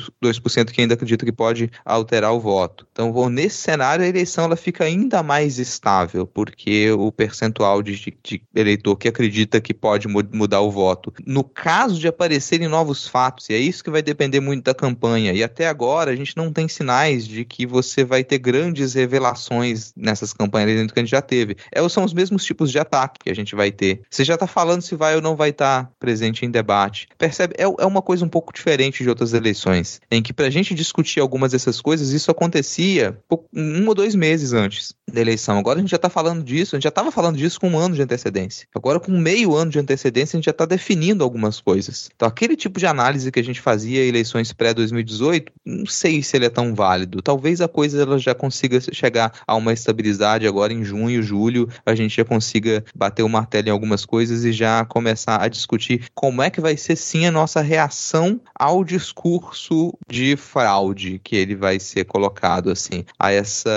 22% que ainda acredita que pode alterar o voto. Então, nesse cenário, a eleição ela fica ainda mais estável, porque o percentual de eleitor que acredita que pode mudar o voto, no caso de aparecerem novos fatos, e é isso que vai depender muito da campanha, e até agora a gente não tem sinais de que você vai ter grandes revelações nessas campanhas dentro que a gente já teve. São os mesmos tipos de ataque que a gente vai ter. Você já está falando se vai ou não vai estar presente em debate. Percebe? É uma coisa um pouco diferente de outras eleições, em que pra gente discutir algumas dessas coisas, isso acontecia 1 ou 2 meses antes da eleição. Agora a gente já está falando disso, a gente já estava falando disso com 1 ano de antecedência. Agora com meio ano de antecedência a gente já está definindo algumas coisas. Então aquele tipo de análise que a gente fazia em eleições pré-2018, não sei se ele é tão válido. Talvez a coisa ela já consiga chegar a uma estabilidade agora em junho, julho, a gente já consiga bater o martelo em algumas coisas e já começar a discutir como é que vai ser sim a nossa reação ao discurso de fraude que ele vai ser colocado assim, a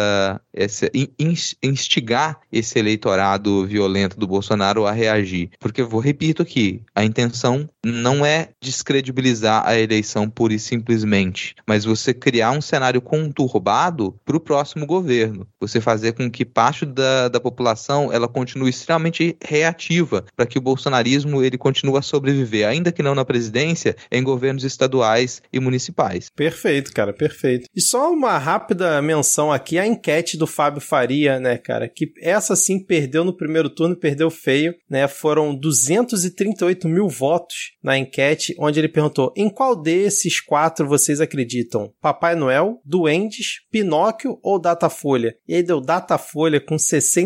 instigar esse eleitorado violento do Bolsonaro a reagir. Porque eu repito aqui, a intenção não é descredibilizar a eleição pura e simplesmente, mas você criar um cenário conturbado para o próximo governo. Você fazer com que parte da população ela continue extremamente reativa para que o bolsonarismo ele continue a sobreviver, ainda que não na presidência, em governos estaduais e municipais. Perfeito, cara, perfeito. E só uma rápida menção aqui, a enquete do Fábio Faria, né, cara, que essa sim perdeu no primeiro turno, perdeu feio, né, foram 238 mil votos na enquete, onde ele perguntou: em qual desses 4 vocês acreditam? Papai Noel, Duendes, Pinóquio ou Datafolha? E aí deu Datafolha com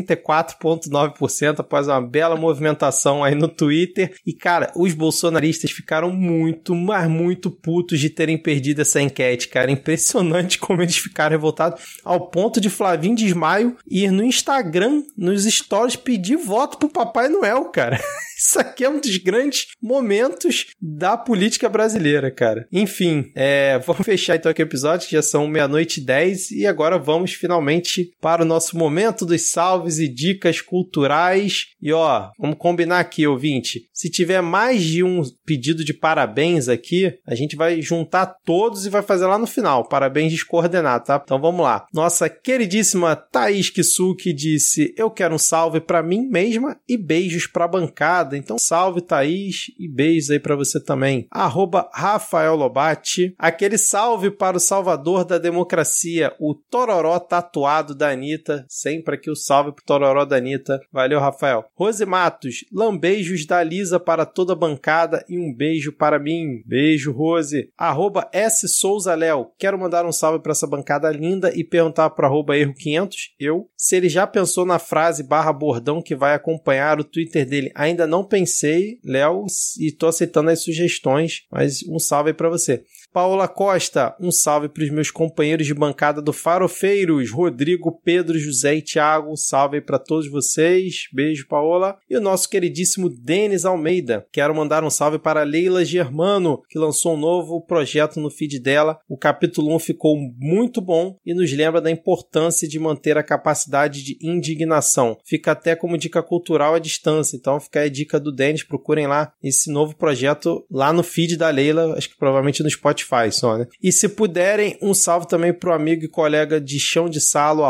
64,9% após uma bela movimentação aí no Twitter. E, cara, os bolsonaristas ficaram muito, mas muito putos de terem perdido essa enquete, cara. Impressionante como eles ficaram revoltados, ao ponto de Flavinho Desmaio ir no Instagram, nos stories, pedir voto pro Papai Noel, cara. Isso aqui é um dos grandes momentos da política brasileira, cara. Enfim, vamos fechar então aqui o episódio, que já são 00:10, e agora vamos finalmente para o nosso momento dos salves e dicas culturais. E ó, vamos combinar aqui, ouvinte, se tiver mais de um pedido de parabéns aqui, a gente vai juntar todos e vai fazer lá no final, parabéns descoordenado, tá? Então vamos lá. Nossa queridíssima Thaís Kisuki disse: eu quero um salve pra mim mesma e beijos pra bancada. Então salve, Thaís, e beijos aí pra você também. @Rafael Lobatti, aquele salve para o salvador da democracia, o Tororó tatuado da Anitta. Sempre aqui o salve pro Tororó da Anitta. Valeu, Rafael. Rose Matos, lambeijos da Lisa para toda a bancada e um beijo para mim. Beijo, Rose. @S Souza Léo, quero mandar um salve para essa bancada linda e perguntar para @erro500, se ele já pensou na frase /bordão que vai acompanhar o Twitter dele. Ainda não pensei, Léo, e tô aceitando as sugestões, mas um salve aí pra você. Paola Costa, um salve para os meus companheiros de bancada do Farofeiros, Rodrigo, Pedro, José e Thiago, salve aí para todos vocês, beijo, Paola. E o nosso queridíssimo Denis Almeida, quero mandar um salve para Leila Germano, que lançou um novo projeto no feed dela. O capítulo 1 ficou muito bom e nos lembra da importância de manter a capacidade de indignação. Fica até como dica cultural à distância, então fica aí a dica do Denis, procurem lá esse novo projeto lá no feed da Leila, acho que provavelmente no Spotify só, né? E se puderem, um salve também pro amigo e colega de chão de salo,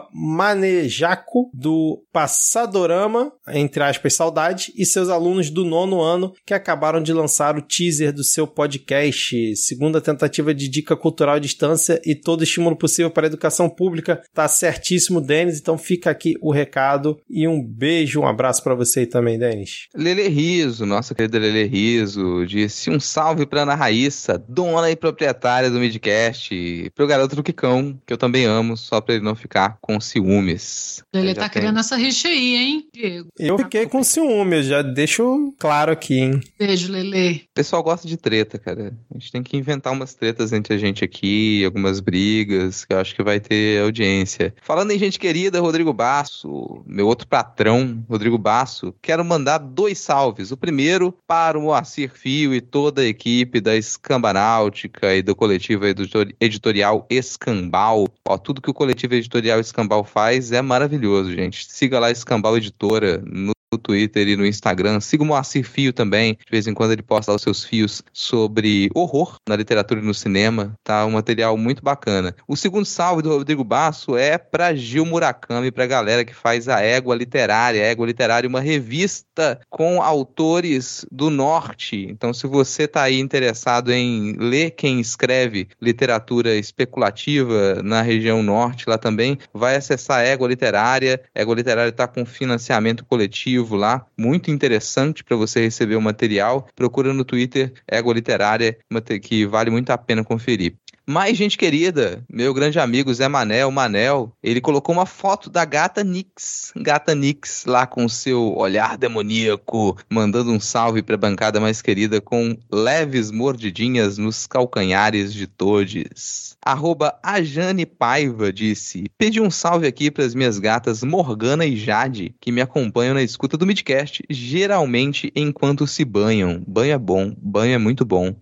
@Manejaco, do Passadorama, entre aspas, saudade, e seus alunos do 9º ano que acabaram de lançar o teaser do seu podcast. Segunda tentativa de dica cultural à distância e todo estímulo possível para a educação pública. Tá certíssimo, Denis, então fica aqui o recado e um beijo, um abraço para você aí também, Denis. Lele Riso, nossa querida Lele Riso, disse um salve pra Ana Raíssa, dona e proprietária do Midcast, pro garoto do Quicão, que eu também amo, só pra ele não ficar com ciúmes. Ele tá querendo essa rixa aí, hein, Diego? Eu fiquei com ciúmes, já deixo claro aqui, hein. Beijo, Lele. O pessoal gosta de treta, cara. A gente tem que inventar umas tretas entre a gente aqui, algumas brigas, que eu acho que vai ter audiência. Falando em gente querida, Rodrigo Basso, meu outro patrão, Rodrigo Basso, quero mandar 2 salves. O primeiro para o Moacir Fio e toda a equipe da Escambanáutica e do coletivo editorial Escambau. Ó, tudo que o coletivo editorial Escambau faz é maravilhoso, gente. Siga lá a Escambau Editora no Twitter e no Instagram. Siga o Moacir Fio também. De vez em quando ele posta os seus fios sobre horror na literatura e no cinema. Tá um material muito bacana. O segundo salve do Rodrigo Basso é pra Gil Murakami, pra galera que faz a Égua Literária. A Égua Literária, uma revista com autores do norte. Então, se você tá aí interessado em ler quem escreve literatura especulativa na região norte, lá também, vai acessar a Égua Literária. A Égua Literária tá com financiamento coletivo lá, muito interessante para você receber o material. Procura no Twitter Égua Literária, que vale muito a pena conferir. Mais gente querida, meu grande amigo Zé Manel, ele colocou uma foto da Gata Nix lá com seu olhar demoníaco, mandando um salve pra bancada mais querida com leves mordidinhas nos calcanhares de todes. @Ajane Paiva disse: pedi um salve aqui pras minhas gatas Morgana e Jade, que me acompanham na escuta do Midcast, geralmente enquanto se banham. Banho é bom, banho é muito bom.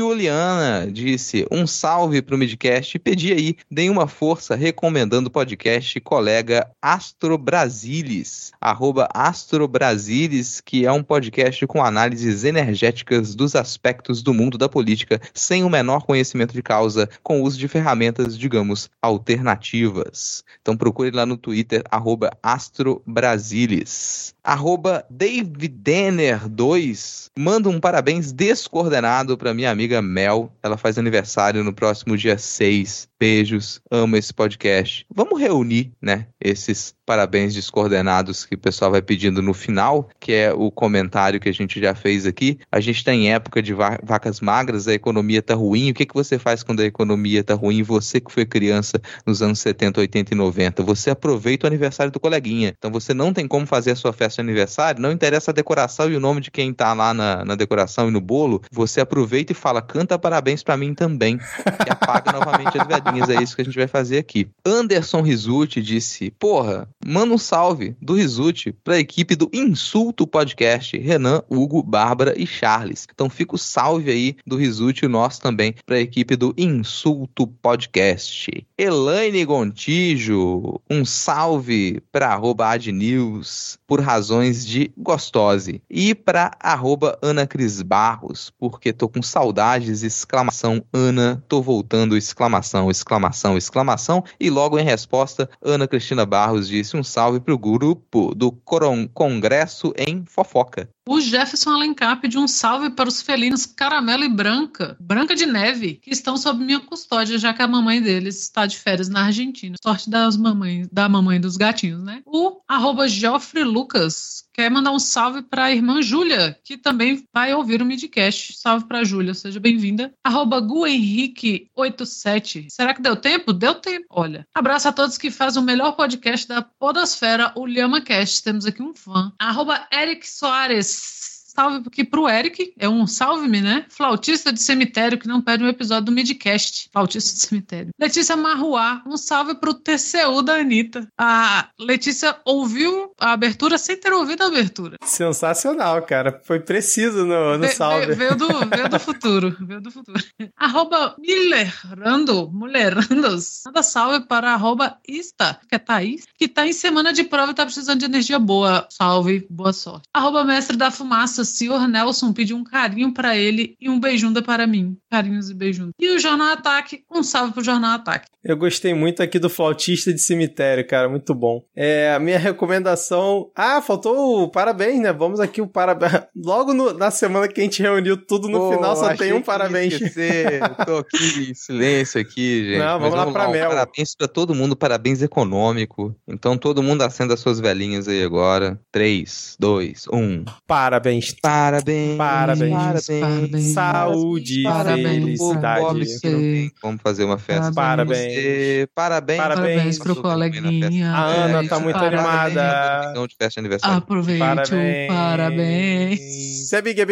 Juliana disse: um salve pro Midcast e pedi aí, deem uma força recomendando o podcast colega Astro Brasilis, @Astro Brasilis, que é um podcast com análises energéticas dos aspectos do mundo da política, sem o menor conhecimento de causa, com uso de ferramentas, digamos, alternativas. Então procure lá no Twitter, @Astro Brasilis. @DavidDenner2 manda um parabéns descoordenado pra minha amiga Mel, ela faz aniversário no próximo próximo dia 6. Beijos, amo esse podcast. Vamos reunir, né, esses parabéns descoordenados que o pessoal vai pedindo no final, que é o comentário que a gente já fez aqui. A gente tá em época de vacas magras, a economia tá ruim. O que você faz quando a economia tá ruim? Você que foi criança nos anos 70, 80 e 90, você aproveita o aniversário do coleguinha. Então você não tem como fazer a sua festa de aniversário, não interessa a decoração e o nome de quem tá lá na decoração e no bolo, você aproveita e fala, canta parabéns pra mim também. E apaga novamente as velhinhas, é isso que a gente vai fazer aqui. Anderson Rizuti disse, porra, manda um salve do Rizuti pra equipe do Insulto Podcast, Renan, Hugo, Bárbara e Charles. Então fica o salve aí do Rizuti e o nosso também pra equipe do Insulto Podcast. Elaine Gontijo, um salve pra @adnews por razões de gostose e pra @Ana Cris Barros, porque tô com saudades, exclamação, Ana, tô voltando, exclamação, exclamação, exclamação, e logo em resposta, Ana Cristina Barros disse um salve pro grupo do Congresso em Fofoca. O Jefferson Alencar pediu um salve para os felinos Caramelo e Branca de Neve, que estão sob minha custódia, já que a mamãe deles está de férias na Argentina. Sorte da mamãe dos gatinhos, né? O @Geoffrey Lucas quer mandar um salve para a irmã Júlia, que também vai ouvir o Midcast. Salve para a Júlia, seja bem-vinda. @GuHenrique87. Será que deu tempo? Deu tempo, olha. Abraço a todos que fazem o melhor podcast da podosfera, o LhamaCast. Temos aqui um fã. @Eric Soares. Salve aqui pro Eric, é um salve-me, né? Flautista de cemitério que não perde um episódio do Midcast. Flautista de cemitério. Letícia Marruá, um salve pro TCU da Anitta. A Letícia ouviu a abertura sem ter ouvido a abertura. Sensacional, cara. Foi preciso no salve. Veio do futuro. Veio do futuro. @Mullerandos. Manda salve para @Ista, que é Thaís, que tá em semana de prova e tá precisando de energia boa. Salve, boa sorte. @Mestre da Fumaça, senhor Nelson pediu um carinho pra ele e um beijunda para mim. Carinhos e beijundas. E o Jornal Ataque, um salve pro Jornal Ataque. Eu gostei muito aqui do Flautista de Cemitério, cara, muito bom. A minha recomendação... faltou o parabéns, né? Vamos aqui o parabéns. Logo na semana que a gente reuniu tudo no final, só tem um parabéns. Tô aqui em silêncio aqui, gente. Não, vamos lá pra Mel. Parabéns pra todo mundo, parabéns econômico. Então todo mundo acenda as suas velhinhas aí agora. 3, 2, 1... Parabéns. Parabéns. Parabéns. Saúde. Felicidade. Pobre que não tem como fazer uma festa. Parabéns. Parabéns pro coleguinha. A Ana tá muito animada. Não de festa de aniversário. Aproveite. Parabéns. Isso é big.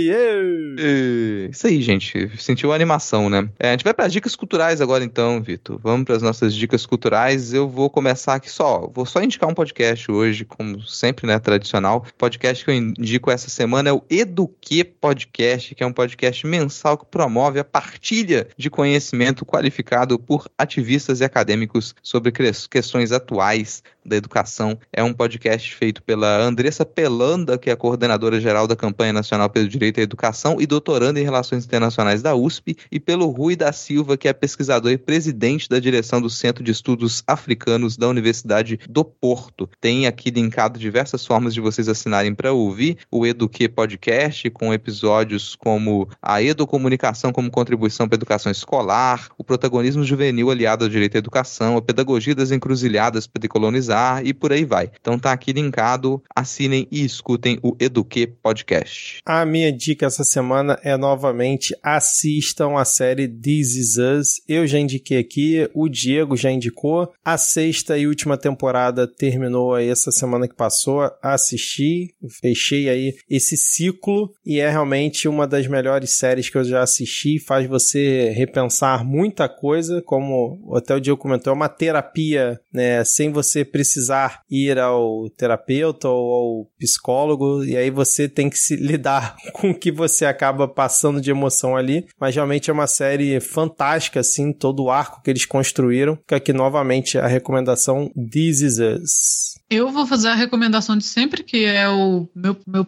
Isso aí, gente. Sentiu a animação, né? A gente vai para dicas culturais agora então, Vitor. Vamos para as nossas dicas culturais. Eu vou começar aqui vou só indicar um podcast hoje, como sempre, né, tradicional. Podcast que eu indico essa semana é o Eduque Podcast, que é um podcast mensal que promove a partilha de conhecimento qualificado por ativistas e acadêmicos sobre questões atuais da educação. É um podcast feito pela Andressa Pelanda, que é a coordenadora geral da Campanha Nacional pelo Direito à Educação e doutoranda em Relações Internacionais da USP, e pelo Rui da Silva, que é pesquisador e presidente da direção do Centro de Estudos Africanos da Universidade do Porto. Tem aqui linkado diversas formas de vocês assinarem para ouvir o Eduque Podcast, com episódios como a educomunicação como contribuição para a educação escolar, o protagonismo juvenil aliado ao direito à educação, a pedagogia das encruzilhadas para decolonizar e por aí vai. Então tá aqui linkado, assinem e escutem o Eduque Podcast. A minha dica essa semana é novamente assistam a série This Is Us. Eu já indiquei aqui, o Diego já indicou. A 6ª e última temporada terminou aí essa semana que passou. Assisti, fechei aí esse ciclo e é realmente uma das melhores séries que eu já assisti. Faz você repensar muita coisa, como até o Diego comentou, é uma terapia, né, sem você precisar ir ao terapeuta ou ao psicólogo, e aí você tem que se lidar com o que você acaba passando de emoção ali, mas realmente é uma série fantástica, assim, todo o arco que eles construíram. Fica aqui novamente a recomendação This Is Us. Eu vou fazer a recomendação de sempre, que é o meu podcast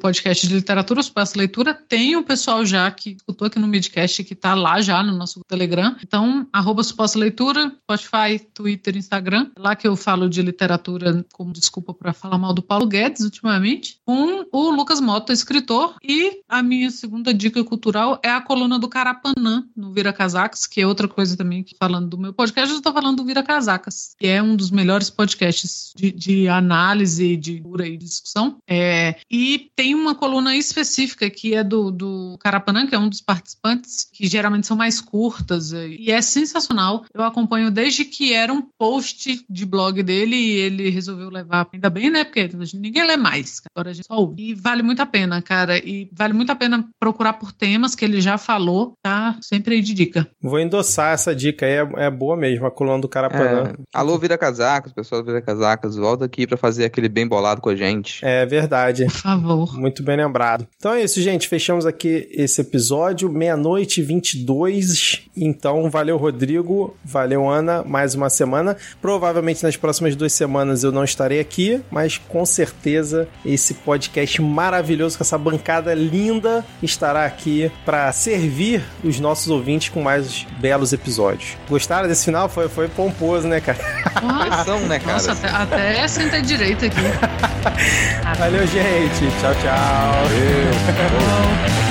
podcast de literatura, o Espaço Leitura. Tem o pessoal já que escutou aqui no Midcast, que tá lá já no nosso Telegram. Então, @Suposta Leitura, Spotify, Twitter, Instagram. É lá que eu falo de literatura como desculpa para falar mal do Paulo Guedes ultimamente, com o Lucas Mota, escritor. E a minha segunda dica cultural é a coluna do Carapanã, no Vira Casacas, que é outra coisa também que falando do meu podcast, eu estou falando do Vira Casacas, que é um dos melhores podcasts de análise, de cura e discussão. E tem uma coluna específica que é do Carapanã, que é um dos participantes, que geralmente são mais curtas, e é sensacional. Eu acompanho desde que era um post de blog dele e ele resolveu levar, ainda bem, né, porque ninguém lê mais, agora a gente só ouve. E vale muito a pena, cara, e vale muito a pena procurar por temas que ele já falou, tá sempre aí de dica. Vou endossar essa dica aí, é boa mesmo, a coluna do Carapanã. Alô, Vira Casacas, pessoal do Vira Casacas, volta aqui pra fazer aquele bem bolado com a gente. É verdade. Por favor. Muito bem lembrado. Então é isso, gente, fechamos aqui esse episódio, 00:22. Então, valeu, Rodrigo, valeu, Ana, mais uma semana. Provavelmente nas próximas 2 semanas eu não estarei aqui, mas com certeza esse podcast maravilhoso com essa bancada linda estará aqui para servir os nossos ouvintes com mais belos episódios. Gostaram desse final? Foi pomposo, né, cara? Pressão, né, cara? Nossa, até sentei direito aqui. Valeu, gente. Tchau, tchau. Valeu.